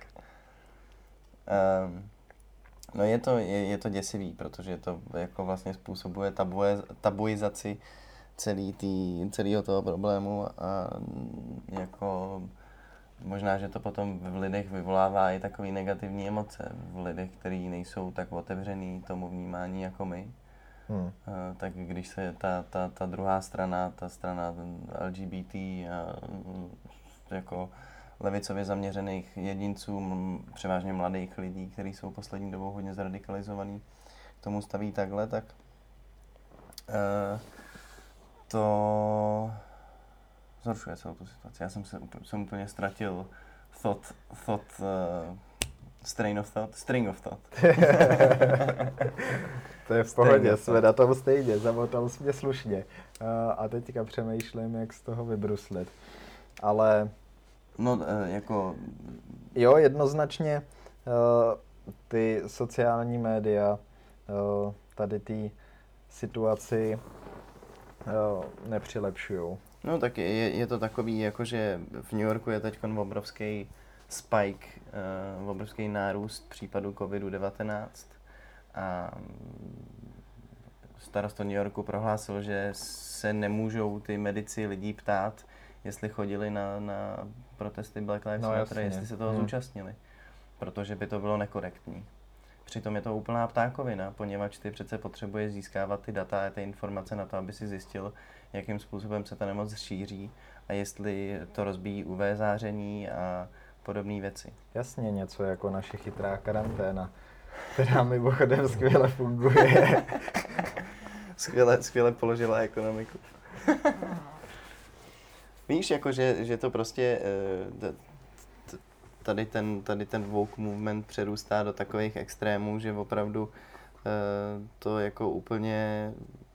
No je to děsivý, protože to jako vlastně způsobuje tabuizaci celého toho problému a jako možná, že to potom v lidech vyvolává i takové negativní emoce. V lidech, kteří nejsou tak otevřený tomu vnímání jako my. Tak když se ta druhá strana, ta strana LGBT a jako levicově zaměřených jedinců, převážně mladých lidí, kteří jsou poslední dobou hodně zradikalizovaní, k tomu staví takhle, tak to zhoršuje celou tu situaci. Já jsem úplně ztratil string of thought. To je v pohodě, jsme na tom stejně, zamotal jsi mě slušně. A teďka přemýšlím, jak z toho vybruslit. Ale no, jako jo, jednoznačně ty sociální média tady ty situaci nepřilepšujou. No tak je to takový, jakože v New Yorku je teď obrovský spike, obrovský nárůst případů COVID-19 a starosta New Yorku prohlásil, že se nemůžou ty medici lidí ptát, jestli chodili na protesty Black Lives Matter, jestli se toho zúčastnili, protože by to bylo nekorektní. Přitom je to úplná ptákovina, poněvadž ty přece potřebuješ získávat ty data a ty informace na to, aby si zjistil, jakým způsobem se ta nemoc šíří a jestli to rozbíjí UV záření a podobné věci. Jasně, něco jako naše chytrá karanténa, která mimochodem skvěle funguje. skvěle položila ekonomiku. Víš, jako že to prostě tady ten woke movement přerůstá do takových extrémů, že opravdu to jako úplně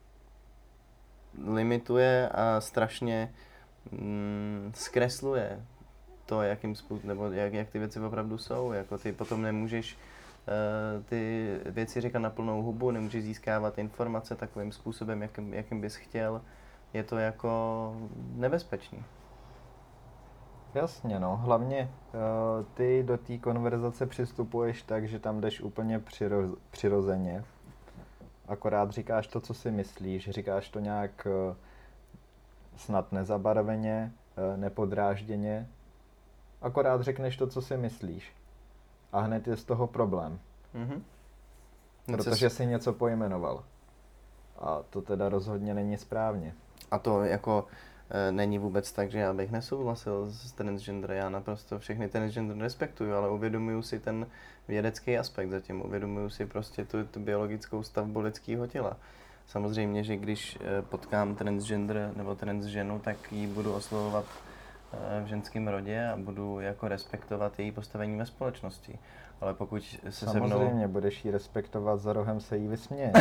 limituje a strašně zkresluje to, jakým způsobem, nebo jak ty věci opravdu jsou. Jako ty potom nemůžeš ty věci říkat na plnou hubu, nemůžeš získávat informace takovým způsobem, jakým bys chtěl. Je to jako nebezpečný. Jasně, no. Hlavně ty do té konverzace přistupuješ tak, že tam jdeš úplně přirozeně. Akorát říkáš to, co si myslíš, říkáš to nějak snad nezabarveně, nepodrážděně. Akorát řekneš to, co si myslíš. A hned je z toho problém. Mm-hmm. Protože jsi něco pojmenoval. A to teda rozhodně není správně. A to jako není vůbec tak, že já bych nesouhlasil s transgender. Já naprosto všechny transgender respektuju, ale uvědomuju si ten vědecký aspekt zatím. Uvědomuju si prostě tu biologickou stavbu lidského těla. Samozřejmě, že když potkám transgender nebo transženu, tak ji budu oslovovat v ženském rodě a budu jako respektovat její postavení ve společnosti. Ale pokud se Samozřejmě, budeš jí respektovat, za rohem se jí vysměje.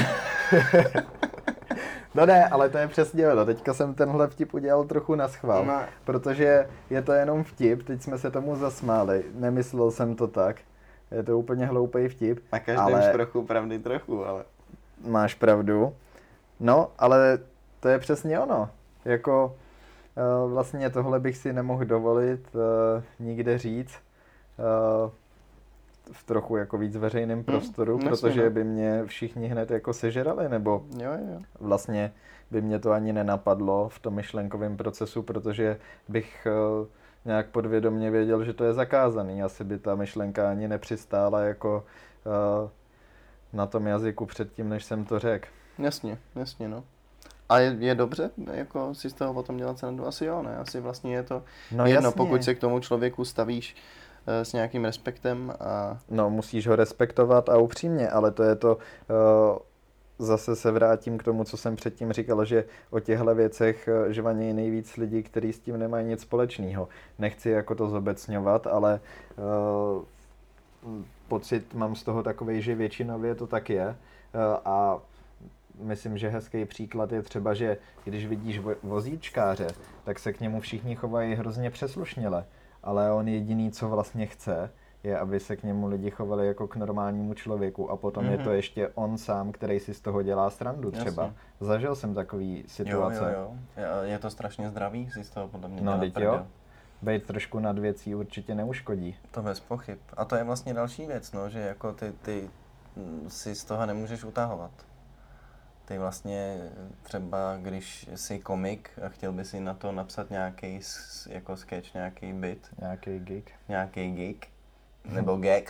No ne, ale to je přesně ono. Teďka jsem tenhle vtip udělal trochu naschvál, protože je to jenom vtip, teď jsme se tomu zasmáli, nemyslel jsem to tak. Je to úplně hloupý vtip. Na každém šprochu pravdy trochu, ale... Máš pravdu. No, ale to je přesně ono. Jako vlastně tohle bych si nemohl dovolit nikde říct v trochu jako víc veřejném prostoru, protože by mě všichni hned jako sežrali, nebo jo. Vlastně by mě to ani nenapadlo v tom myšlenkovém procesu, protože bych nějak podvědomě věděl, že to je zakázaný. Asi by ta myšlenka ani nepřistála jako na tom jazyku předtím, než jsem to řekl. Jasně, no. A je dobře jako si z toho potom dělat srandu? Asi jo, ne? Asi vlastně je to jedno, jasně. Pokud se k tomu člověku stavíš s nějakým respektem a... No, musíš ho respektovat a upřímně, ale to je to... Zase se vrátím k tomu, co jsem předtím říkal, že o těchto věcech žvanějí nejvíc lidí, kteří s tím nemají nic společného. Nechci jako to zobecňovat, ale pocit mám z toho takovej, že většinově to tak je. A myslím, že hezký příklad je třeba, že když vidíš vozíčkáře, tak se k němu všichni chovají hrozně přeslušněle. Ale on jediný, co vlastně chce, je, aby se k němu lidi chovali jako k normálnímu člověku a potom je to ještě on sám, který si z toho dělá srandu třeba. Jasně. Zažil jsem takový situace. Jo. Je to strašně zdravý si z toho podle mě dělat prdel. Bejt trošku nad věcí určitě neuškodí. To bez pochyb. A to je vlastně další věc, no, že jako ty si z toho nemůžeš utahovat. Ty vlastně třeba, když jsi komik a chtěl by si na to napsat nějaký jako sketch, nějaký bit. Nějaký gig. Nebo gag.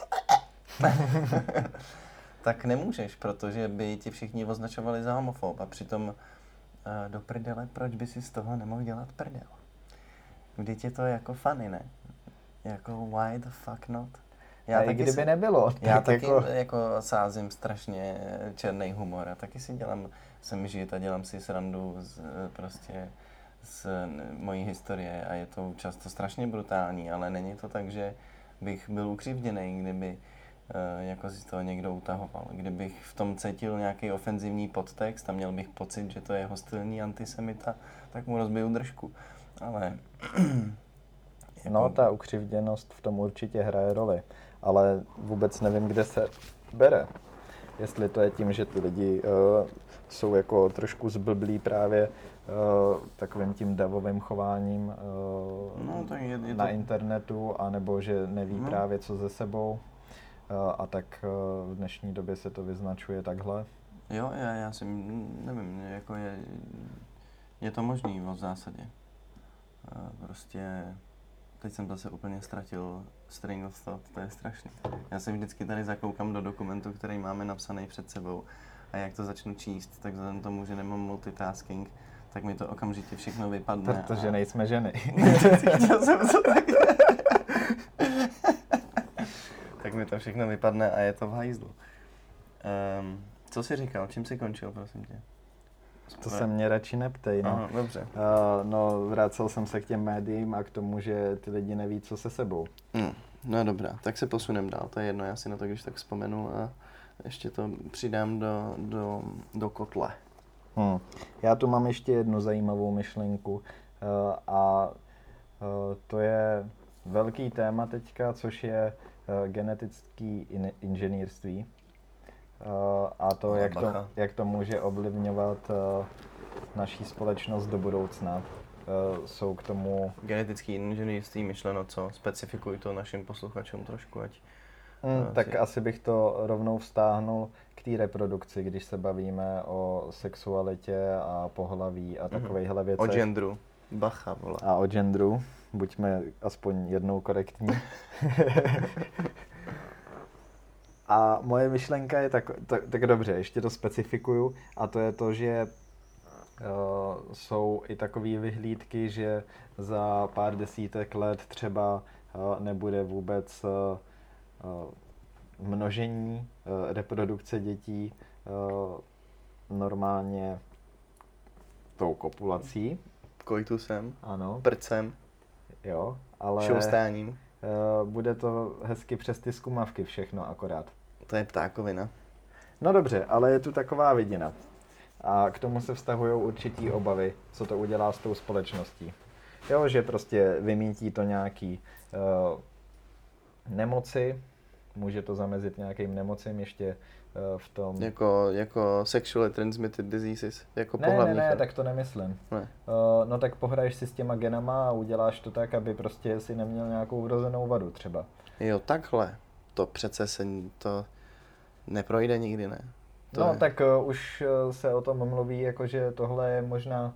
Tak nemůžeš, protože by ti všichni označovali za homofob a přitom do prdele, proč by si z toho nemohl dělat prdel? Vždyť je to jako funny, ne? Jako why the fuck not? Já taky kdyby nebylo. Já taky jako sázím strašně černý humor a taky si jsem žít a dělám si srandu z mojí historie a je to často strašně brutální, ale není to tak, že bych byl ukřivděný, kdyby jako si toho někdo utahoval. Kdybych v tom cítil nějaký ofenzivní podtext a měl bych pocit, že to je hostilní antisemita, tak mu rozbiju držku. Ale... jako... No, ta ukřivděnost v tom určitě hraje roli, ale vůbec nevím, kde se bere. Jestli to je tím, že ty lidi jsou jako trošku zblblí právě takovým tím davovým chováním na internetu, anebo že neví právě co ze sebou a tak v dnešní době se to vyznačuje takhle. Jo, já si nevím, jako je to možný v zásadě. Prostě teď jsem zase úplně ztratil string of thought, to je strašný. Já se vždycky tady zakoukám do dokumentu, který máme napsaný před sebou a jak to začnu číst, tak vzhledem tomu, že nemám multitasking, tak mi to okamžitě všechno vypadne. Protože nejsme ženy. Chtěl jsem to tak. Tak mi to všechno vypadne a je to v hajzlu. Co jsi říkal? Čím jsi končil, prosím tě? To se mě radši neptej, no. Aha, dobře. No, vracel jsem se k těm médiím a k tomu, že ty lidi neví, co se sebou. No dobrá, tak se posunem dál, to je jedno, já si na to když tak vzpomenu a ještě to přidám do kotle. Já tu mám ještě jednu zajímavou myšlenku a to je velký téma teďka, což je genetický inženýrství. A to, jak to může ovlivňovat naší společnost do budoucna. Jsou k tomu... Genetický inženýrství myšleno co? Specifikuj to našim posluchačům trošku, ať... Tak asi bych to rovnou vztáhnul k té reprodukci, když se bavíme o sexualitě a pohlaví a takovejhle věcech. O genderu. Bacha, vole. A o genderu. Buďme aspoň jednou korektní. A moje myšlenka je tak dobře, ještě to specifikuju, a to je to, že jsou i takové vyhlídky, že za pár desítek let třeba nebude vůbec množení, reprodukce dětí normálně tou kopulací. Koitusem. Ano. Prcem. Jo, ale... Šoustáním. bude to hezky přes ty zkumavky všechno akorát. To je ptákovina. No dobře, ale je tu taková vidina. A k tomu se vztahují určitý obavy, co to udělá s tou společností. Jo, že prostě vymítí to nějaký nemoci, může to zamezit nějakým nemocím ještě v tom... Jako sexually transmitted diseases, jako Ne, pohlavní. ne, tak to nemyslím. Ne. No tak pohraješ si s těma genama a uděláš to tak, aby prostě si neměl nějakou vrozenou vadu třeba. Jo, takhle. To přece to neprojde nikdy, ne? To No je... tak už se o tom mluví, jakože tohle je možná,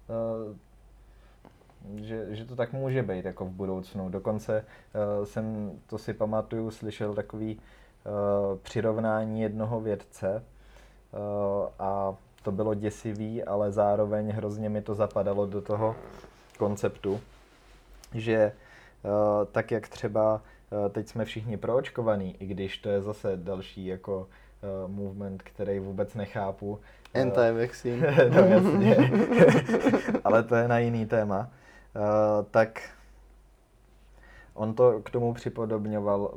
že to tak může být jako v budoucnu. Dokonce jsem, to si pamatuju, slyšel takový přirovnání jednoho vědce a to bylo děsivý, ale zároveň hrozně mi to zapadalo do toho konceptu, že tak jak třeba teď jsme všichni proočkovaní, i když to je zase další jako movement, který vůbec nechápu. Anti-vaccine. No jasně, ale to je na jiný téma. Tak on to k tomu připodobňoval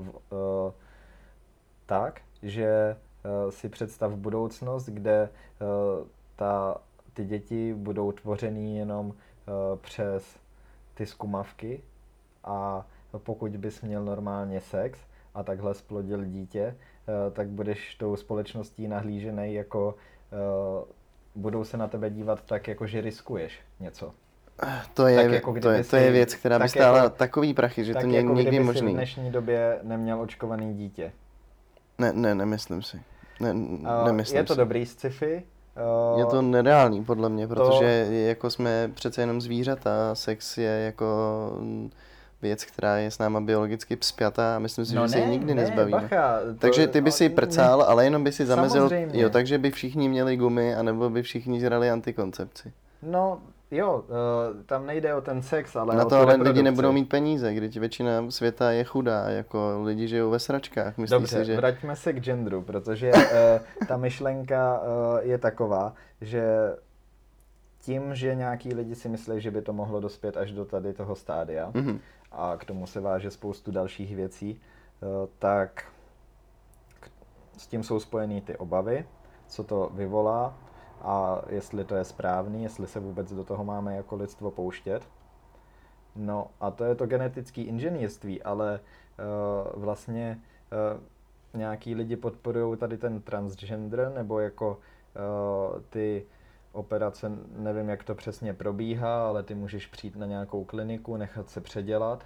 tak, že si představ budoucnost, kde ty děti budou tvořený jenom přes ty zkumavky a pokud bys měl normálně sex a takhle splodil dítě, tak budeš tou společností nahlížený jako budou se na tebe dívat tak, jako že riskuješ něco. To je, tak jako to je věc, která by stála jako, takový prachy, že tak to není jako nikdy možný. Tak v dnešní době neměl očkovaný dítě. Ne, nemyslím si. Nemyslím je to si. dobrý sci-fi. Je to nereálný podle mě, protože jako jsme přece jenom zvířata, sex je jako věc, která je s náma biologicky spjatá a myslím si, že se ji nikdy nezbavíme. Bacha, takže ty by si ji prcal, ale jenom by si zamezil, samozřejmě. jo, takže by všichni měli gumy, anebo by všichni žrali antikoncepci. No jo, tam nejde o ten sex, ale na o to ale reprodukci. lidi nebudou mít peníze, když většina světa je chudá, jako lidi žijou ve sračkách. Dobře, si, že... vraťme se k genderu, protože ta myšlenka je taková, že tím, že nějaký lidi si myslí, že by to mohlo dospět až do tady toho stádia, a k tomu se váže spoustu dalších věcí, tak s tím jsou spojený ty obavy, co to vyvolá a jestli to je správný, jestli se vůbec do toho máme jako lidstvo pouštět. No a to je to genetické inženýrství, ale vlastně nějaký lidi podporují tady ten transgender, nebo jako ty operace, nevím, jak to přesně probíhá, ale ty můžeš přijít na nějakou kliniku, nechat se předělat.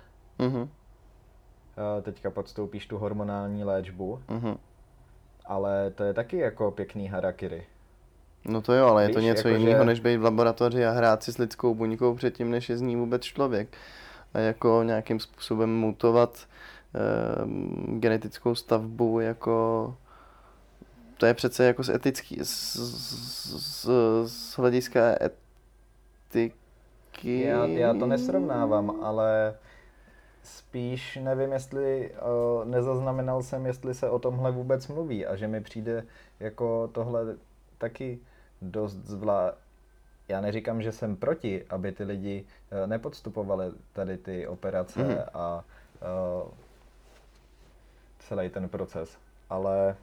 Teďka podstoupíš tu hormonální léčbu, ale to je taky jako pěkný harakiri. No to jo, ale je to Víš, něco jako jiného, než být v laboratoři a hrát si s lidskou buňkou předtím, než je z ní vůbec člověk. A jako nějakým způsobem mutovat genetickou stavbu, jako to je přece jako z hlediska etiky. Já to nesrovnávám, ale spíš nevím, jestli nezaznamenal jsem, jestli se o tomhle vůbec mluví a že mi přijde jako tohle taky dost Já neříkám, že jsem proti, aby ty lidi nepodstupovali tady ty operace a celý ten proces, ale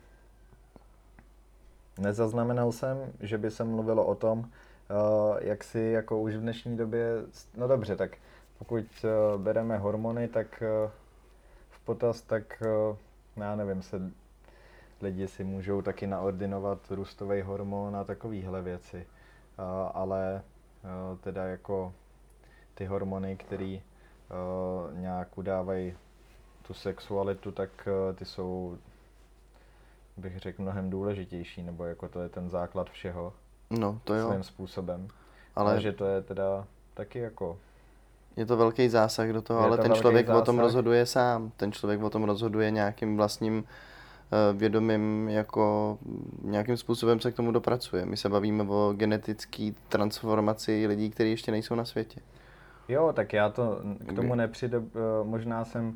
nezaznamenal jsem, že by se mluvilo o tom, jak si jako už v dnešní době, no dobře, tak pokud bereme hormony, tak v potaz, tak já nevím, lidi si můžou taky naordinovat růstový hormon a takovéhle věci. Ale teda jako ty hormony, které nějak udávají tu sexualitu, tak ty jsou, bych řekl, mnohem důležitější, nebo jako to je ten základ všeho. No, to jo. Svým způsobem. Ale že to je teda taky jako... Je to velký zásah do toho, ale ten člověk o tom rozhoduje sám. Ten člověk o tom rozhoduje nějakým vlastním vědomím, jako nějakým způsobem se k tomu dopracuje. My se bavíme o genetické transformaci lidí, kteří ještě nejsou na světě. Jo, tak já to k tomu možná jsem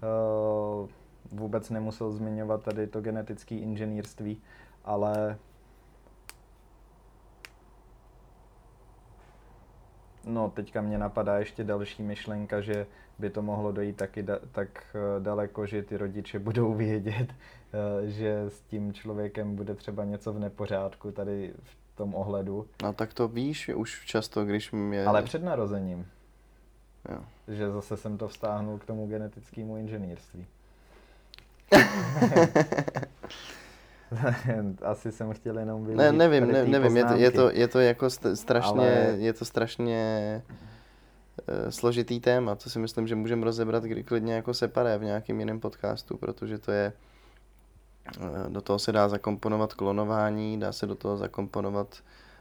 vůbec nemusel zmiňovat tady to genetické inženýrství, ale No, teďka mě napadá ještě další myšlenka, že by to mohlo dojít taky tak daleko, že ty rodiče budou vědět, že s tím člověkem bude třeba něco v nepořádku tady v tom ohledu. No tak to víš už často, když mě... Ale před narozením. Jo. Že zase jsem to vztáhnul k tomu genetickému inženýrství. Asi jsem chtěl jenom využít. Ne, nevím, je to jako strašně, ale... je to strašně složitý téma, to si myslím, že můžeme rozebrat klidně jako separé v nějakém jiném podcastu, protože to je, do toho se dá zakomponovat klonování, dá se do toho zakomponovat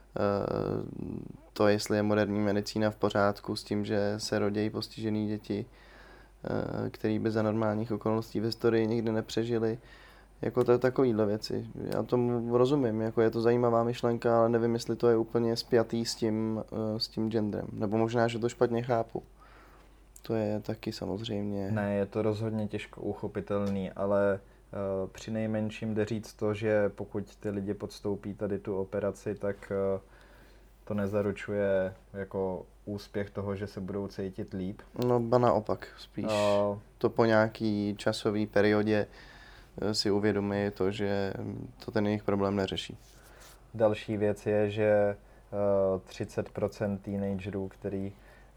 to, jestli je moderní medicína v pořádku s tím, že se rodějí postižený děti, který by za normálních okolností v historii nikdy nepřežili. Jako to je takovýhle věci. Já tomu rozumím, jako je to zajímavá myšlenka, ale nevím, jestli to je úplně spjatý s tím genderem. Nebo možná, že to špatně chápu. To je taky samozřejmě... Ne, je to rozhodně těžko uchopitelný, ale při nejmenším jde říct to, že pokud ty lidi podstoupí tady tu operaci, tak to nezaručuje jako úspěch toho, že se budou cítit líp. No ba naopak, spíš to po nějaký časový periodě si uvědomí to, že to ten jejich problém neřeší. Další věc je, že 30% teenagerů, který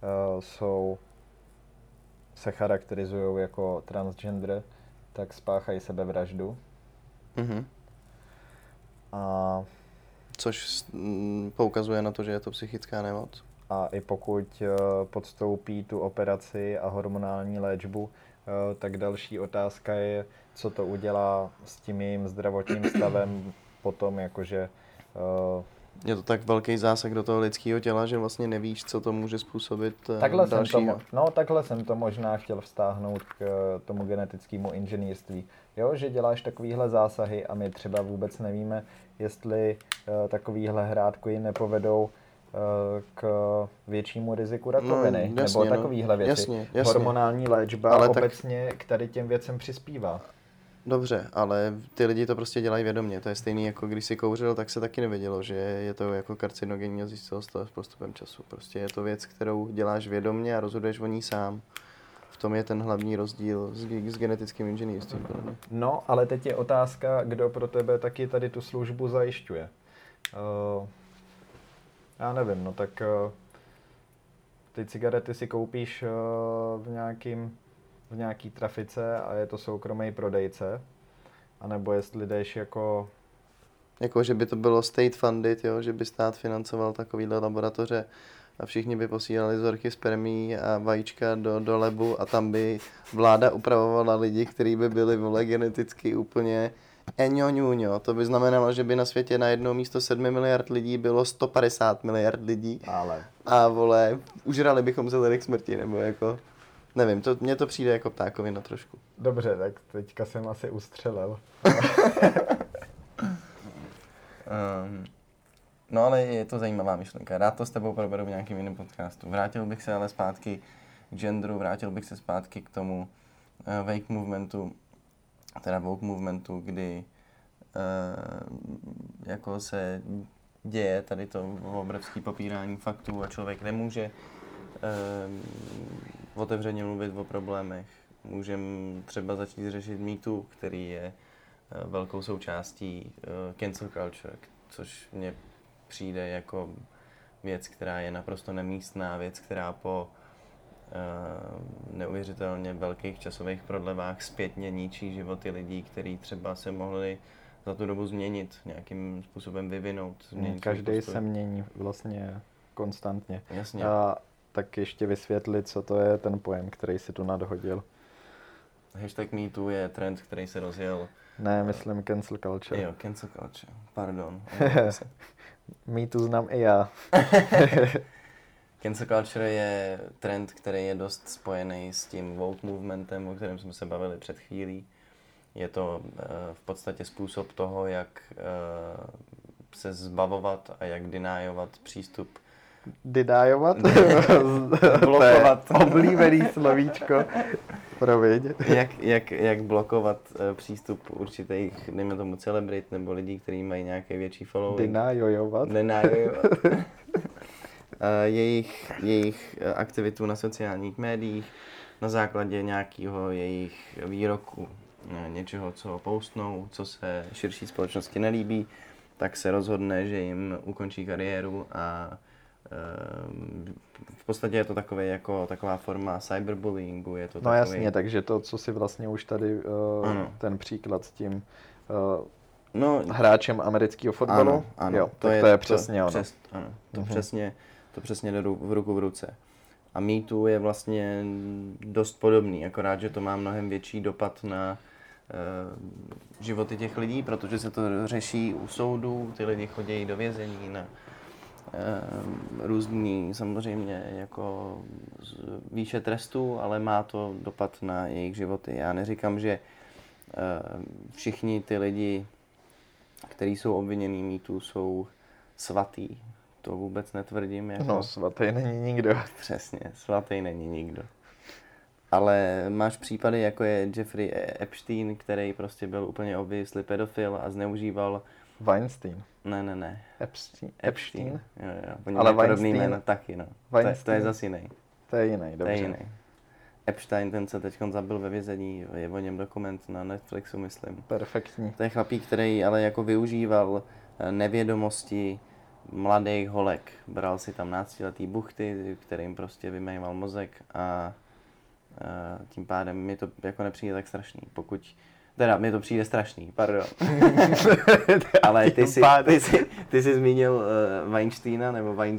se charakterizují jako transgender, tak spáchají sebevraždu. Mhm. A což poukazuje na to, že je to psychická nemoc. A i pokud podstoupí tu operaci a hormonální léčbu, tak další otázka je, co to udělá s tím jejím zdravotním stavem potom, jakože... Je to tak velký zásah do toho lidského těla, že vlastně nevíš, co to může způsobit dalšího. Takhle jsem to možná chtěl vztáhnout k tomu genetickému inženýrství. Jo, že děláš takovýhle zásahy a my třeba vůbec nevíme, jestli takovýhle hrátky nepovedou k většímu riziku rakoviny, no, jasně, nebo takovýhle věci. Jasně. Hormonální léčba ale obecně k tady těm věcem přispívá. Dobře, ale ty lidi to prostě dělají vědomě. To je stejný, jako když si kouřil, tak se taky nevědělo, že je to jako karcinogenní a zjistilo se to s postupem času. Prostě je to věc, kterou děláš vědomě a rozhoduješ o ní sám. V tom je ten hlavní rozdíl s genetickým inženýrstvím. No, ale teď je otázka, kdo pro tebe taky tady tu službu zajišťuje. Já nevím, no tak ty cigarety si koupíš v nějaký trafice a je to soukromý prodejce, anebo jestli jdeš jako... Jako, že by to bylo state funded, jo? Že by stát financoval takovýhle laboratoře a všichni by posílali vzorky spermí a vajíčka do labu a tam by vláda upravovala lidi, kteří by byli, vole, geneticky úplně eňoňuňo. To by znamenalo, že by na světě na jedno místo 7 miliard lidí bylo 150 miliard lidí. Ale... A vole, užrali bychom se tady k smrti, nebo jako... Nevím, mně to přijde jako ptákovina trošku. Dobře, tak teďka jsem asi ustřelil. No ale je to zajímavá myšlenka. Rád to s tebou proberu v nějakém jiném podcastu. Vrátil bych se ale zpátky k genderu, vrátil bych se zpátky k tomu woke movementu, kdy jako se děje tady to obrovské popírání faktů a člověk nemůže otevřeně mluvit o problémech. Můžeme třeba začít řešit Me Too, který je velkou součástí cancel culture, což mně přijde jako věc, která je naprosto nemístná, věc, která po neuvěřitelně velkých časových prodlevách zpětně ničí životy lidí, kteří třeba se mohli za tu dobu změnit, nějakým způsobem vyvinout. Každý se mění vlastně konstantně. Jasně. A tak ještě vysvětlit, co to je ten pojem, který si tu nadhodil. Hashtag MeToo je trend, který se rozjel. Ne, myslím cancel culture. Jo, cancel culture. Pardon. MeToo znám i já. Cancel culture je trend, který je dost spojený s tím woke movementem, o kterém jsme se bavili před chvílí. Je to v podstatě způsob toho, jak se zbavovat a jak denájovat přístup. Denájovat? Blokovat. Oblíbený slovíčko. Promiň. Jak blokovat přístup určitých, dejme tomu, celebrit nebo lidí, kteří mají nějaký větší following. Denájovat. jejich aktivitu na sociálních médiích, na základě nějakého jejich výroku, něčeho, co postnou, co se širší společnosti nelíbí, tak se rozhodne, že jim ukončí kariéru a v podstatě je to taková forma cyberbullyingu. Je to no jasně, takže to, co si vlastně už tady, ten příklad s tím hráčem amerického fotbalu, ano, jo, to je přesně ono. To přesně jde v ruku v ruce. A Me Too je vlastně dost podobný, akorát, že to má mnohem větší dopad na životy těch lidí, protože se to řeší u soudů, ty lidi chodí do vězení na různý samozřejmě jako výše trestů, ale má to dopad na jejich životy. Já neříkám, že všichni ty lidi, kteří jsou obvinění Me Too, jsou svatý. To vůbec netvrdím. Jako... No, svatý není nikdo. Přesně, svatý není nikdo. Ale máš případy, jako je Jeffrey Epstein, který prostě byl úplně obviously pedofil a zneužíval... Weinstein. Ne. Epstein? Jo. Ale Weinstein... jméno taky, no. To je zase jiný. To je jiný, dobře. To je jiný. Epstein, ten se teď zabil ve vězení, je o něm dokument na Netflixu, myslím. Perfektní. To je chlapík, který ale jako využíval nevědomosti mladých holek. Bral si tam 12letý buchty, kterým prostě vymýval mozek a tím pádem mi to jako nepřijde tak strašný, mi to přijde strašný, pardon. Ale ty jsi zmínil Weinsteina,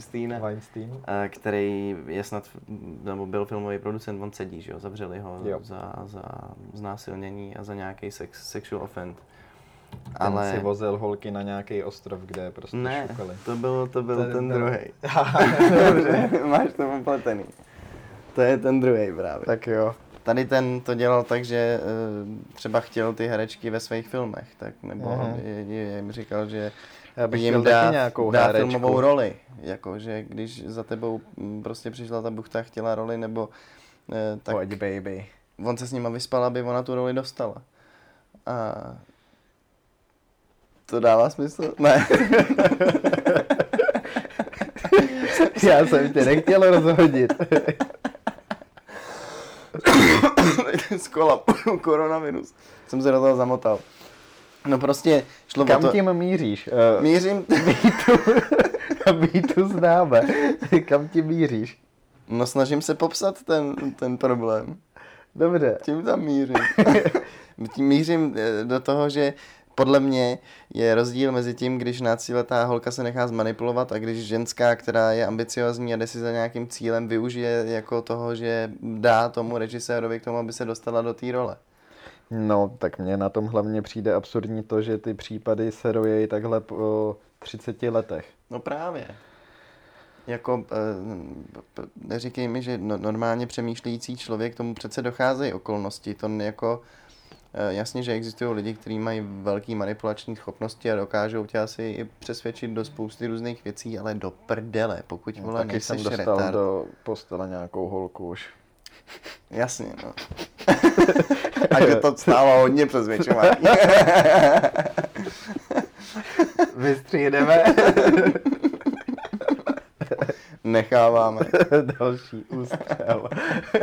který je snad, nebo byl filmový producent, on sedí, že jo, zavřeli ho za znásilnění a za nějaký sexual offend. Ale si vozil holky na nějaký ostrov, kde prostě šukali. To byl ten druhej. Dobře, máš to popletený. To je ten druhej právě. Tak jo. Tady ten to dělal tak, že třeba chtěl ty herečky ve svých filmech, tak nebo jim říkal, že jim dá filmovou roli. Jako, že když za tebou prostě přišla ta buchta, chtěla roli, nebo tak pojď baby. On se s nima vyspal, aby ona tu roli dostala. A to dává smysl? Ne. Já jsem tě nechtěl rozhodit. Z kola koronavirus. Jsem se do toho zamotal. No prostě šlo kam o to... tím míříš? Mířím... Vítu známe. Kam tím míříš? No snažím se popsat ten problém. Dobře. Tím tam mířím. Tím mířím do toho, že podle mě je rozdíl mezi tím, když 12letá holka se nechá zmanipulovat a když ženská, která je ambiciozní a jde si za nějakým cílem, využije jako toho, že dá tomu režisérovi k tomu, aby se dostala do té role. No, tak mně na tom hlavně přijde absurdní to, že ty případy se rojejí takhle po 30 letech. No právě. Jako, neříkej mi, že normálně přemýšlející člověk, tomu přece docházejí okolnosti. To jako... Jasně, že existují lidi, kteří mají velké manipulační schopnosti a dokážou tě asi i přesvědčit do spousty různých věcí, ale do prdele, pokud vole nejseš retard. Taky jsem dostal do postele nějakou holku už. Jasně, no. A že to stálo hodně přesvědčování. Vystřídeme. Necháváme. Další ústřel.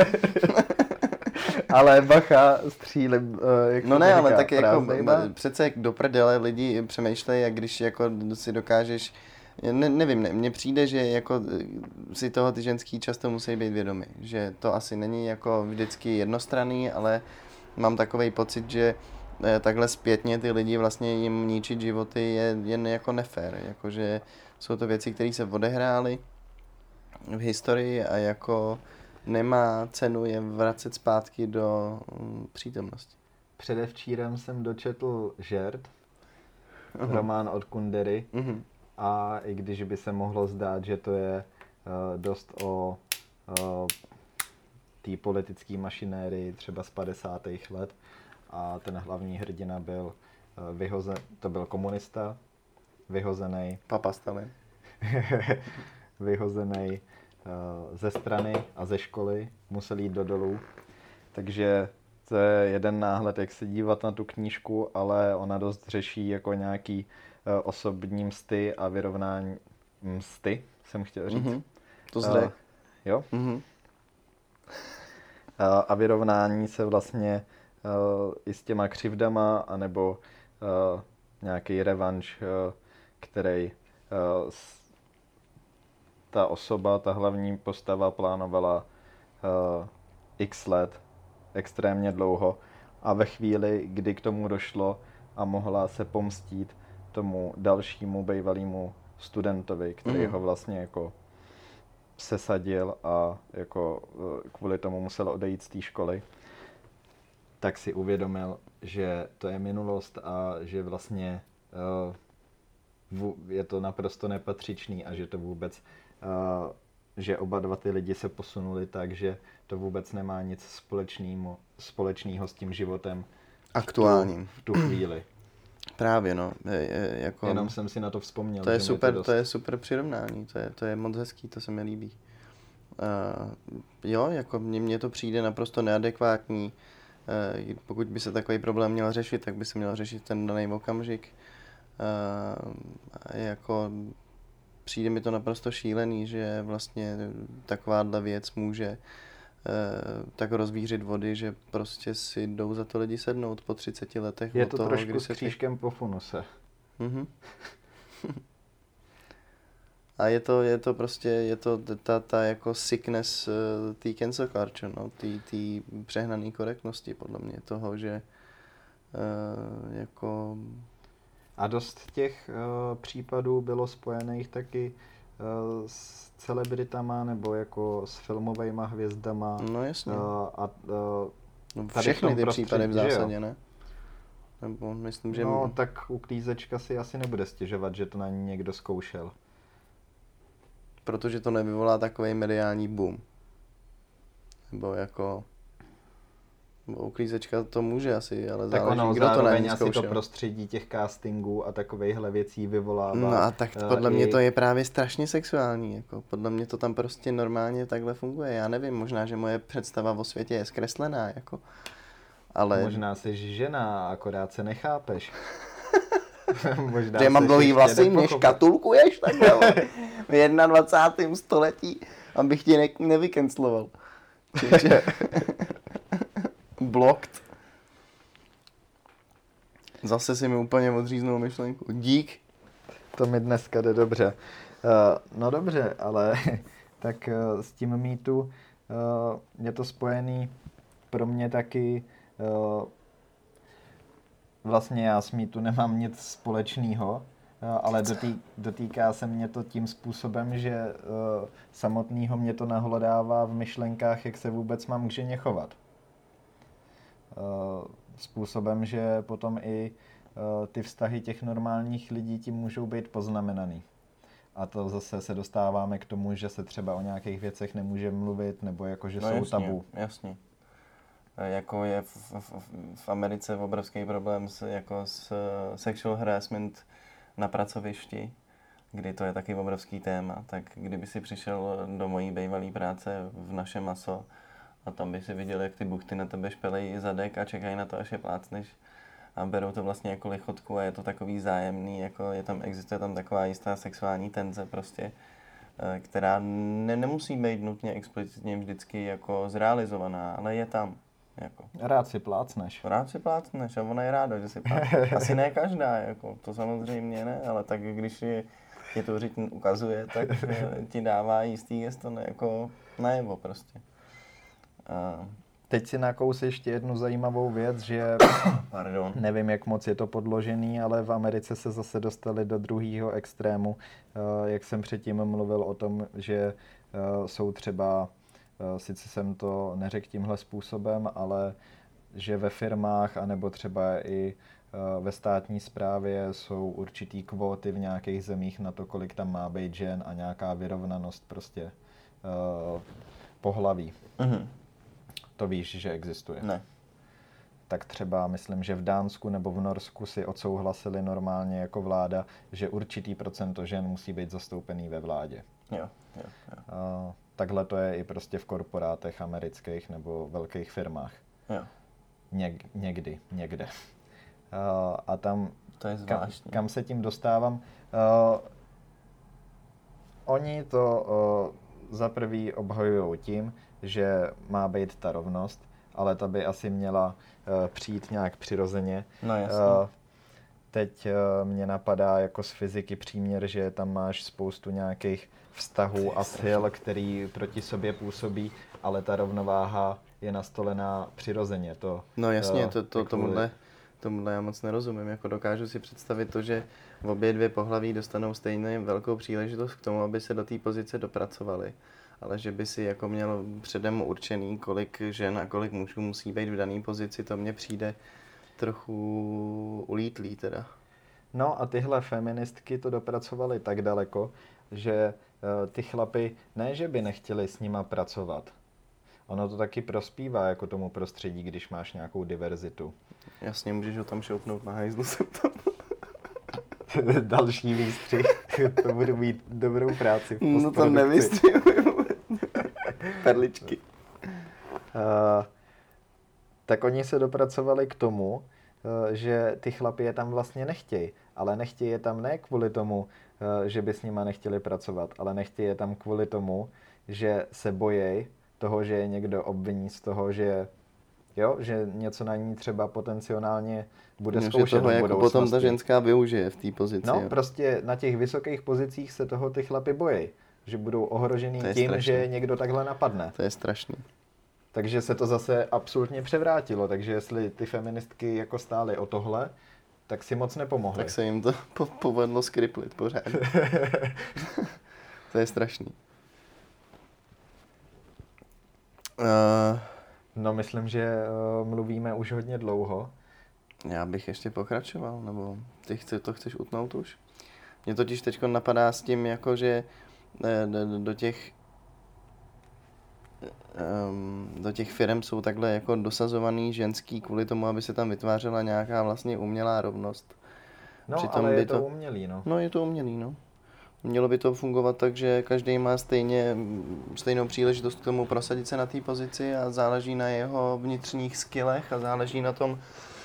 Ale bacha, střílím, jak no ne, ale tak jako přece do prdele lidi přemýšlejí, a když jako si dokážeš, nevím, mně přijde, že jako si toho ty ženský často musí být vědomi, že to asi není jako vždycky jednostranný, ale mám takovej pocit, že takhle zpětně ty lidi vlastně jim ničit životy je jen jako nefér, jakože jsou to věci, které se odehrály v historii a jako nemá cenu je vracet zpátky do přítomnosti. Předevčírem jsem dočetl Žert, román od Kundery, a i když by se mohlo zdát, že to je dost o té politické mašinérii třeba z 50. let a ten hlavní hrdina byl to byl komunista, vyhozený. Papa Stalin. Vyhozený ze strany a ze školy, musel jít do dolů. Takže to je jeden náhled, jak se dívat na tu knížku, ale ona dost řeší jako nějaký osobní msty a vyrovnání msty, jsem chtěl říct. To zde. Jo. Mhm. A vyrovnání se vlastně i s těma křivdama, anebo nějaký revanš, který ta osoba, ta hlavní postava plánovala x let, extrémně dlouho, a ve chvíli, kdy k tomu došlo a mohla se pomstít tomu dalšímu bývalému studentovi, který ho vlastně jako sesadil a jako kvůli tomu musel odejít z té školy, tak si uvědomil, že to je minulost a že vlastně je to naprosto nepatřičný a že to vůbec, že oba dva ty lidi se posunuli tak, že to vůbec nemá nic společného s tím životem Aktuálním. v tu chvíli. Právě, no. Jako, jenom jsem si na to vzpomněl. To je super, to je super přirovnání, to je moc hezký, to se mi líbí. Jo, jako mně to přijde naprosto neadekvátní. Pokud by se takový problém měl řešit, tak by se měl řešit ten daný okamžik. Jako přijde mi to naprosto šílený, že vlastně takováhle věc může tak rozvířit vody, že prostě si jdou za to lidi sednout po 30 letech. Je to toho, trošku s křížkem po funuse. Mhm. A je to prostě, ta jako sickness té cancel culture, no, té přehnané korektnosti, podle mě, toho, že jako... A dost těch případů bylo spojených taky s celebritama nebo jako s filmovejma hvězdama. No jasně. Všechny ty případy v zásadě, ne? Nebo myslím, že... No, tak uklízečka si asi nebude stěžovat, že to na ní někdo zkoušel. Protože to nevyvolá takovej mediální boom. Nebo jako... Uklízečka to může asi, ale tak záleží, ono, kdo to na ní asi zkoušel. To prostředí těch castingů a takovejhle věcí vyvolává. No a tak podle mě to je právě strašně sexuální. Jako. Podle mě to tam prostě normálně takhle funguje. Já nevím, možná, že moje představa o světě je zkreslená. Jako. Ale... Možná jsi žena, akorát se nechápeš. Možná že mám dlouhý vlasy, mě škatulkuješ takhle v 21. století, abych tě nevykencloval. Blocked. Zase si mi úplně odříznul myšlenku. Dík. To mi dneska jde dobře. No dobře, ale tak s tím mýtu je to spojený pro mě taky. Vlastně já s mýtu nemám nic společného, ale dotýká se mě to tím způsobem, že samotného mě to nahlodává v myšlenkách, jak se vůbec mám k ženě chovat. Způsobem, že potom i ty vztahy těch normálních lidí tím můžou být poznamenaný. A to zase se dostáváme k tomu, že se třeba o nějakých věcech nemůže mluvit, nebo jako, že jsou tabu. Jasně. Jako je v Americe obrovský problém s sexual harassment na pracovišti, kdy to je taky obrovský téma. Tak kdyby si přišel do mojí bývalé práce v Naše maso a tam by si viděl, jak ty buchty na tebe špelejí zadek a čekají na to, až je plácneš. A berou to vlastně jako lichotku a je to takový zájemný, jako existuje tam taková jistá sexuální tenze prostě, která nemusí být nutně explicitně vždycky jako zrealizovaná, ale je tam. Jako. Rád si plácneš. Rád si plácneš a ona je ráda, že si plácneš. Asi ne každá, jako, to samozřejmě ne, ale tak když je to řitní ukazuje, tak ti dává jistý gesto jako najevo prostě. Teď si nakous ještě jednu zajímavou věc, že nevím, jak moc je to podložený, ale v Americe se zase dostali do druhého extrému. Jak jsem předtím mluvil o tom, že jsou třeba, sice jsem to neřekl tímhle způsobem, ale že ve firmách anebo třeba i ve státní správě jsou určitý kvóty v nějakých zemích na to, kolik tam má být žen a nějaká vyrovnanost prostě pohlaví. Mm-hmm. To víš, že existuje? Ne. Tak třeba myslím, že v Dánsku nebo v Norsku si odsouhlasili normálně jako vláda, že určitý procento žen musí být zastoupený ve vládě. Jo. Takhle to je i prostě v korporátech amerických nebo velkých firmách. Jo. Někde. A tam, to je zvláštní. Kam se tím dostávám, oni to za prvý obhajujou tím, že má být ta rovnost, ale ta by asi měla přijít nějak přirozeně. No jasně. Teď mě napadá jako z fyziky příměr, že tam máš spoustu nějakých vztahů a sil, který proti sobě působí, ale ta rovnováha je nastolená přirozeně. No jasně, tomuhle já moc nerozumím. Jako dokážu si představit to, že obě dvě pohlaví dostanou stejně velkou příležitost k tomu, aby se do té pozice dopracovali. Ale že by si jako měl předem určený, kolik žen a kolik mužů musí být v dané pozici, to mně přijde trochu ulítlý teda. No a tyhle feministky to dopracovaly tak daleko, že ty chlapy ne, že by nechtěli s nima pracovat. Ono to taky prospívá jako tomu prostředí, když máš nějakou diverzitu. Jasně, můžeš ho tam šoupnout na hajzlu sem tam. Další výstřih. To budu mít dobrou práci v postprodukci. No to nevystřihuju. Perličky. Tak oni se dopracovali k tomu, že ty chlapi je tam vlastně nechtějí. Ale nechtějí je tam ne kvůli tomu, že by s nima nechtěli pracovat, ale nechtějí je tam kvůli tomu, že se bojí toho, že je někdo obviní z toho, že něco na ní třeba potenciálně bude zkoušet v jako potom ta ženská využije v té pozici. No, prostě na těch vysokých pozicích se toho ty chlapy bojí, že budou ohrožený tím, strašný. Že někdo takhle napadne. To je strašný. Takže se to zase absolutně převrátilo, takže jestli ty feministky jako stály o tohle, tak si moc nepomohly. Tak se jim to povedlo skriplit pořád. To je strašný. No, myslím, že mluvíme už hodně dlouho. Já bych ještě pokračoval, nebo ty to chceš utnout už? Mě totiž teď napadá s tím, jako že do těch firem jsou takhle jako dosazovaný ženský kvůli tomu, aby se tam vytvářela nějaká vlastně umělá rovnost. No, přitom ale je to umělý, no. No, je to umělý, no. Mělo by to fungovat tak, že každý má stejnou příležitost k tomu prosadit se na té pozici a záleží na jeho vnitřních skillech a záleží na tom,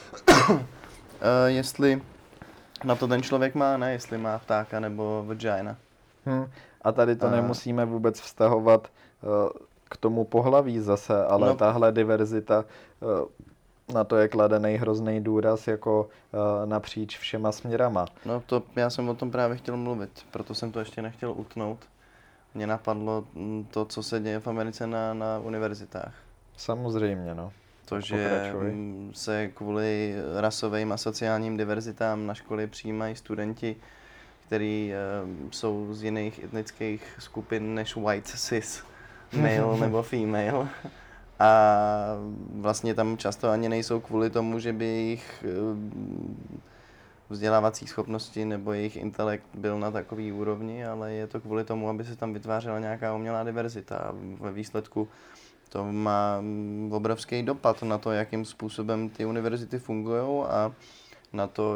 jestli na to ten člověk má, ne jestli má ptáka nebo vagina. A tady to nemusíme vůbec vztahovat k tomu pohlaví zase, ale tahle diverzita, na to je kladený hrozný důraz jako napříč všema směrama. No to já jsem o tom právě chtěl mluvit, proto jsem to ještě nechtěl utnout. Mně napadlo to, co se děje v Americe na univerzitách. Samozřejmě, no. To, že se kvůli rasovým a sociálním diverzitám na školy přijímají studenti, kteří jsou z jiných etnických skupin než white cis, male nebo female. A vlastně tam často ani nejsou kvůli tomu, že by jejich vzdělávací schopnosti nebo jejich intelekt byl na takový úrovni, ale je to kvůli tomu, aby se tam vytvářela nějaká umělá diverzita. A ve výsledku to má obrovský dopad na to, jakým způsobem ty univerzity fungují a na to,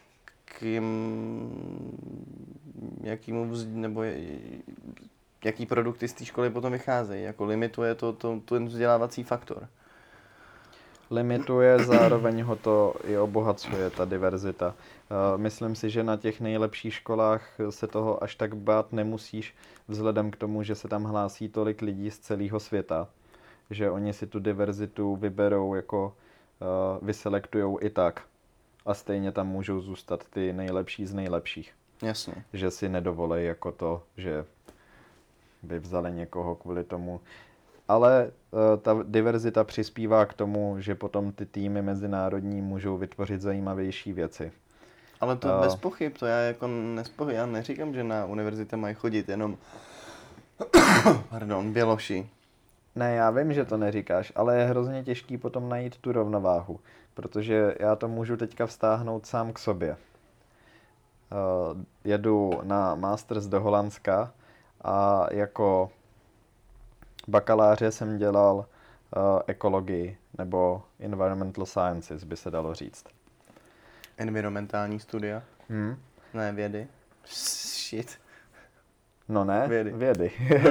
jaký produkty z té školy potom vycházejí. Jako limituje to ten vzdělávací faktor. Limituje, zároveň ho to i obohacuje, ta diverzita. Myslím si, že na těch nejlepších školách se toho až tak bát nemusíš, vzhledem k tomu, že se tam hlásí tolik lidí z celého světa, že oni si tu diverzitu vyberou, jako vyselektujou i tak. A stejně tam můžou zůstat ty nejlepší z nejlepších. Jasně. Že si nedovolej jako to, že by vzali někoho kvůli tomu. Ale ta diverzita přispívá k tomu, že potom ty týmy mezinárodní můžou vytvořit zajímavější věci. Ale to bez pochyb, to já jako já neříkám, že na univerzitě mají chodit jenom běloši. Ne, já vím, že to neříkáš, ale je hrozně těžký potom najít tu rovnováhu, protože já to můžu teďka vztáhnout sám k sobě. Jedu na masters do Holandska a jako bakaláře jsem dělal ekologii, nebo environmental sciences by se dalo říct. Environmentální studia? Ne, vědy? Shit. No ne, vědy.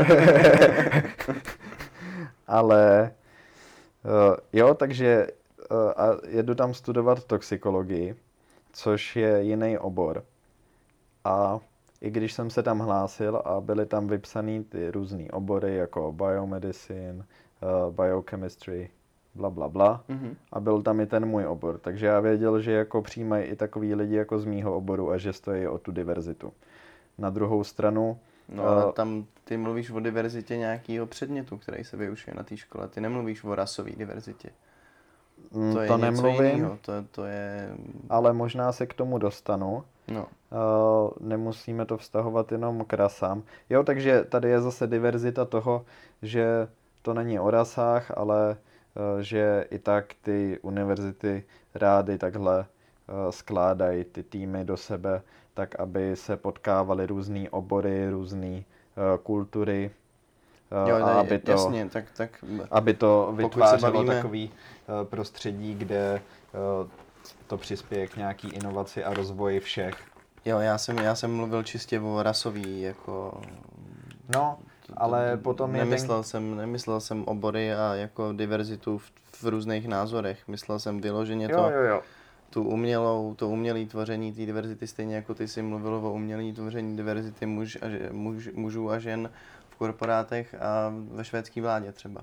Ale takže jedu tam studovat toxikologii, což je jiný obor. A i když jsem se tam hlásil a byly tam vypsaný ty různý obory jako biomedicine, biochemistry, bla, bla, bla. A byl tam i ten můj obor. Takže já věděl, že jako přijímají i takový lidi jako z mýho oboru a že stojí o tu diverzitu. Na druhou stranu... No ale tam ty mluvíš o diverzitě nějakého předmětu, který se vyučuje na té škole. Ty nemluvíš o rasové diverzitě. To je to něco nemluvím, jinýho. To je... ale možná se k tomu dostanu. No. Nemusíme to vztahovat jenom k rasám. Jo, takže tady je zase diverzita toho, že to není o rasách, ale že i tak ty univerzity rády takhle skládají ty týmy do sebe, tak aby se potkávaly různý obory, různé kultury. Jo, a aby to, jasně, tak aby to vytvářelo bavíme... takový prostředí, kde to přispěje k nějaký inovaci a rozvoji všech. Jo, já jsem mluvil čistě o rasový, jako... No, ale potom Nemyslel jsem obory a jako diverzitu v různých názorech. Myslel jsem vyloženě jo. to umělé tvoření té diverzity, stejně jako ty jsi mluvil o umělé tvoření diverzity mužů a žen v korporátech a ve švédské vládě třeba.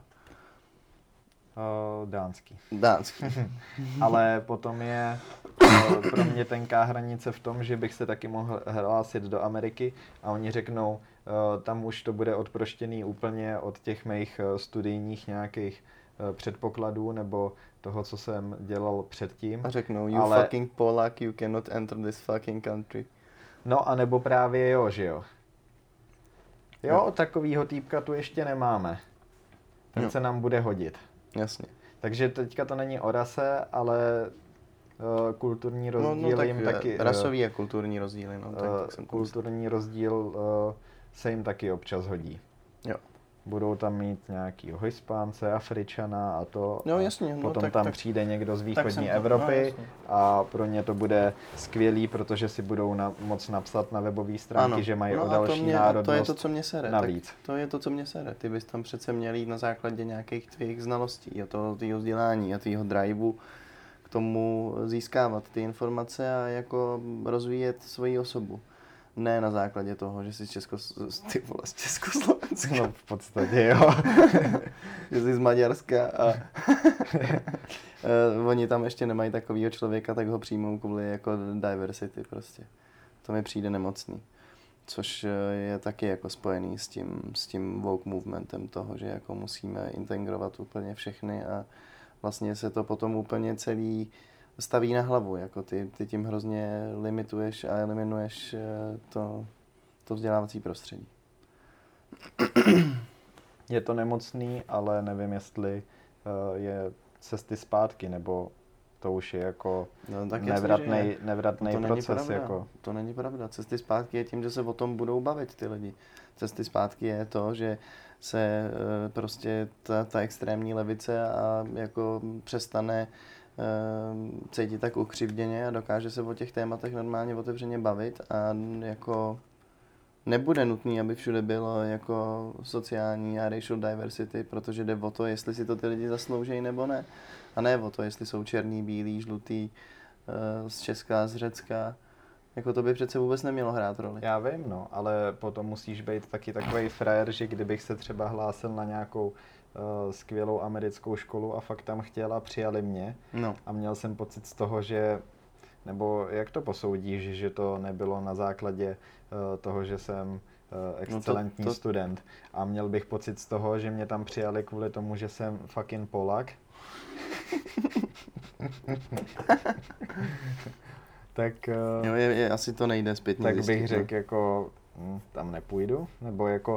Dánský. Ale potom je pro mě tenká hranice v tom, že bych se taky mohl hlásit do Ameriky a oni řeknou, tam už to bude odproštěný úplně od těch mých studijních nějakých předpokladů nebo toho, co jsem dělal předtím. A řeknou, you fucking Polak, you cannot enter this fucking country. No a nebo právě jo, že jo. Jo, takovýho týpka tu ještě nemáme. Ten se nám bude hodit. Jasně. Takže teďka to není o rase, ale kulturní rozdíl jim taky... Rasový a kulturní rozdíly. Kulturní rozdíl se jim taky občas hodí. Jo. Budou tam mít nějakýho Hispánce, Afričana a to. No jasně. Potom tam přijde někdo z východní Evropy a pro ně to bude skvělý, protože si budou moc napsat na webové stránky, že mají o další národnost to je to, co mě sere. Navíc. To je to, co mě sere. Ty bys tam přece měl jít na základě nějakých tvých znalostí a toho tvýho vzdělání a tvýho driveu k tomu získávat ty informace a jako rozvíjet svoji osobu. Ne na základě toho, že jsi z Československa. No v podstatě jo. Že jsi z Maďarska a oni tam ještě nemají takovýho člověka, tak ho přijmou kvůli jako diversity prostě. To mi přijde nemocný. Což je taky jako spojený s tím woke movementem toho, že jako musíme integrovat úplně všechny a vlastně se to potom úplně celý staví na hlavu, jako ty tím hrozně limituješ a eliminuješ to vzdělávací prostředí. Je to nemocný, ale nevím, jestli je cesty zpátky, nebo to už je jako nevratný proces. Jako. To není pravda. Cesty zpátky je tím, že se o tom budou bavit ty lidi. Cesty zpátky je to, že se prostě ta extrémní levice a jako přestane cítit tak ukřivděně a dokáže se o těch tématech normálně otevřeně bavit a jako nebude nutný, aby všude bylo jako sociální a racial diversity, protože jde o to, jestli si to ty lidi zasloužejí nebo ne. A ne o to, jestli jsou černý, bílý, žlutý, z Česka, z Řecka. Jako to by přece vůbec nemělo hrát roli. Já vím, no, ale potom musíš být taky takovej frajer, že kdybych se třeba hlásil na nějakou skvělou americkou školu a fakt tam chtěl a přijali mě a měl jsem pocit z toho, že nebo jak to posoudíš, že to nebylo na základě toho, že jsem excelentní student a měl bych pocit z toho, že mě tam přijali kvůli tomu, že jsem fucking Polak. Tak jo, asi to nejde zpětně tak zjistit, bych řekl jako tam nepůjdu, nebo jako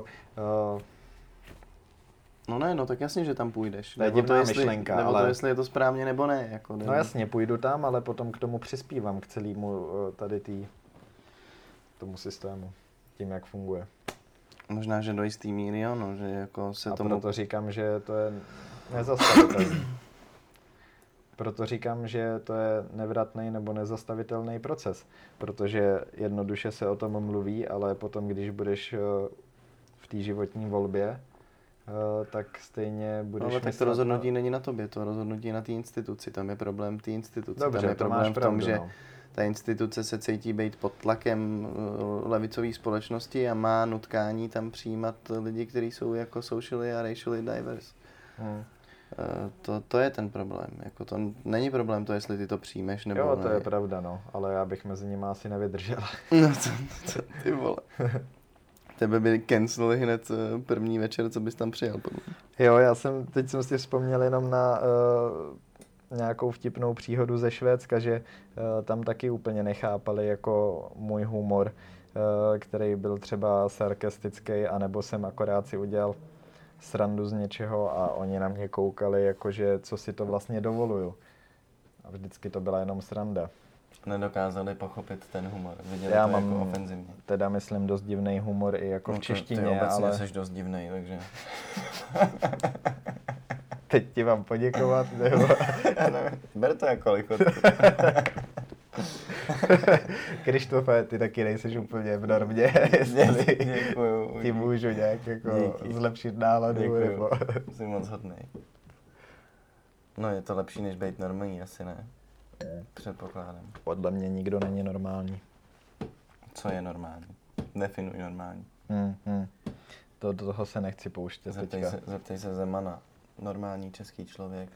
no tak jasně, že tam půjdeš. To je divná myšlenka, nebo to, jestli je to správně nebo ne. Jako, no jasně, půjdu tam, ale potom k tomu přispívám, k celému tady tomu systému, tím, jak funguje. Možná, že do jistý míry, jo, no, že jako se a tomu... proto říkám, že to je nezastavitelný. Proto říkám, že to je nevratný nebo nezastavitelný proces, protože jednoduše se o tom mluví, ale potom, když budeš v té životní volbě, tak stejně budeš ale tak to rozhodnutí není na tobě, to rozhodnutí je na té instituci, tam je problém té instituce. Dobře, tam je problém v tom, že ta instituce se cítí být pod tlakem levicové společnosti a má nutkání tam přijímat lidi, kteří jsou jako socially a racially diverse. To je ten problém. Jako to není problém to, jestli ty to přijmeš nebo jo, to ne. je pravda, no, ale já bych mezi nimi asi nevydržel. No co ty vole. Tebe by cancelili hned první večer, co bys tam přijel. Jo, teď jsem si vzpomněl jenom na nějakou vtipnou příhodu ze Švédska, že tam taky úplně nechápali jako můj humor, který byl třeba sarkastický, anebo jsem akorát si udělal srandu z něčeho a oni na mě koukali, jakože co si to vlastně dovoluju. A vždycky to byla jenom sranda. Nedokázali pochopit ten humor, viděli Já to mám jako ofenzivně. Teda myslím dost divnej humor i jako v češtině, ty obecně ale... jsi dost divnej, takže... Teď ti mám poděkovat, nebo... Ber to jako lichotku. Krištofe, ty taky nejseš úplně v normě, jestli ti můžu nějak jako zlepšit náladu, Děkuju. nebo... Jsi moc hodnej. No je to lepší, než být normální, asi ne? Předpokládám. Podle mě nikdo není normální. Co je normální? Definuj normální. Do toho se nechci pouštět teďka. Zeptej se Zemana. Normální český člověk.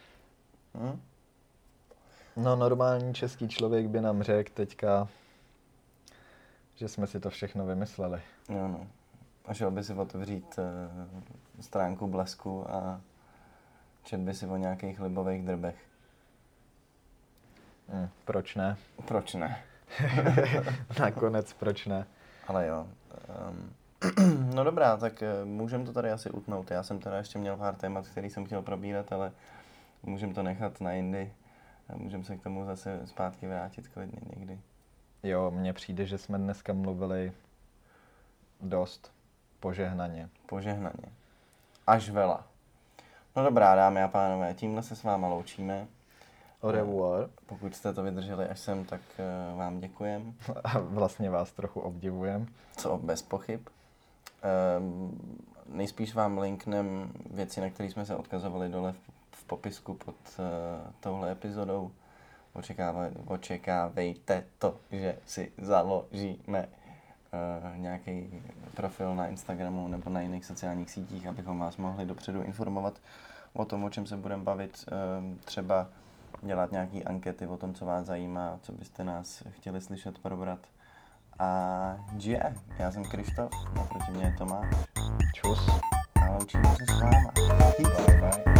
No normální český člověk by nám řekl teďka, že jsme si to všechno vymysleli. Jo no. A šel by si otevřít stránku Blesku a čet by si o nějakých libových drbech. Proč ne? Proč ne? Nakonec proč ne? Ale jo. No dobrá, tak můžeme to tady asi utnout. Já jsem teda ještě měl pár témat, který jsem chtěl probírat, ale můžeme to nechat na jindy. Můžeme se k tomu zase zpátky vrátit klidně někdy. Jo, mně přijde, že jsme dneska mluvili dost požehnaně. Požehnaně. Až vela. No dobrá, dámy a pánové, tímhle se s váma loučíme. Au revoir. Pokud jste to vydrželi až sem, tak vám děkujem. A vlastně vás trochu obdivujem. Co bez pochyb. Nejspíš vám linknem věci, na které jsme se odkazovali dole v popisku pod touhle epizodou. Očekávejte to, že si založíme nějaký profil na Instagramu nebo na jiných sociálních sítích, abychom vás mohli dopředu informovat o tom, o čem se budeme bavit. Třeba dělat nějaké ankety o tom, co vás zajímá, co byste nás chtěli slyšet, probrat. A já jsem Krištof, naproti mě je Tomáš. Čus. A loučíme se s váma. Bye bye.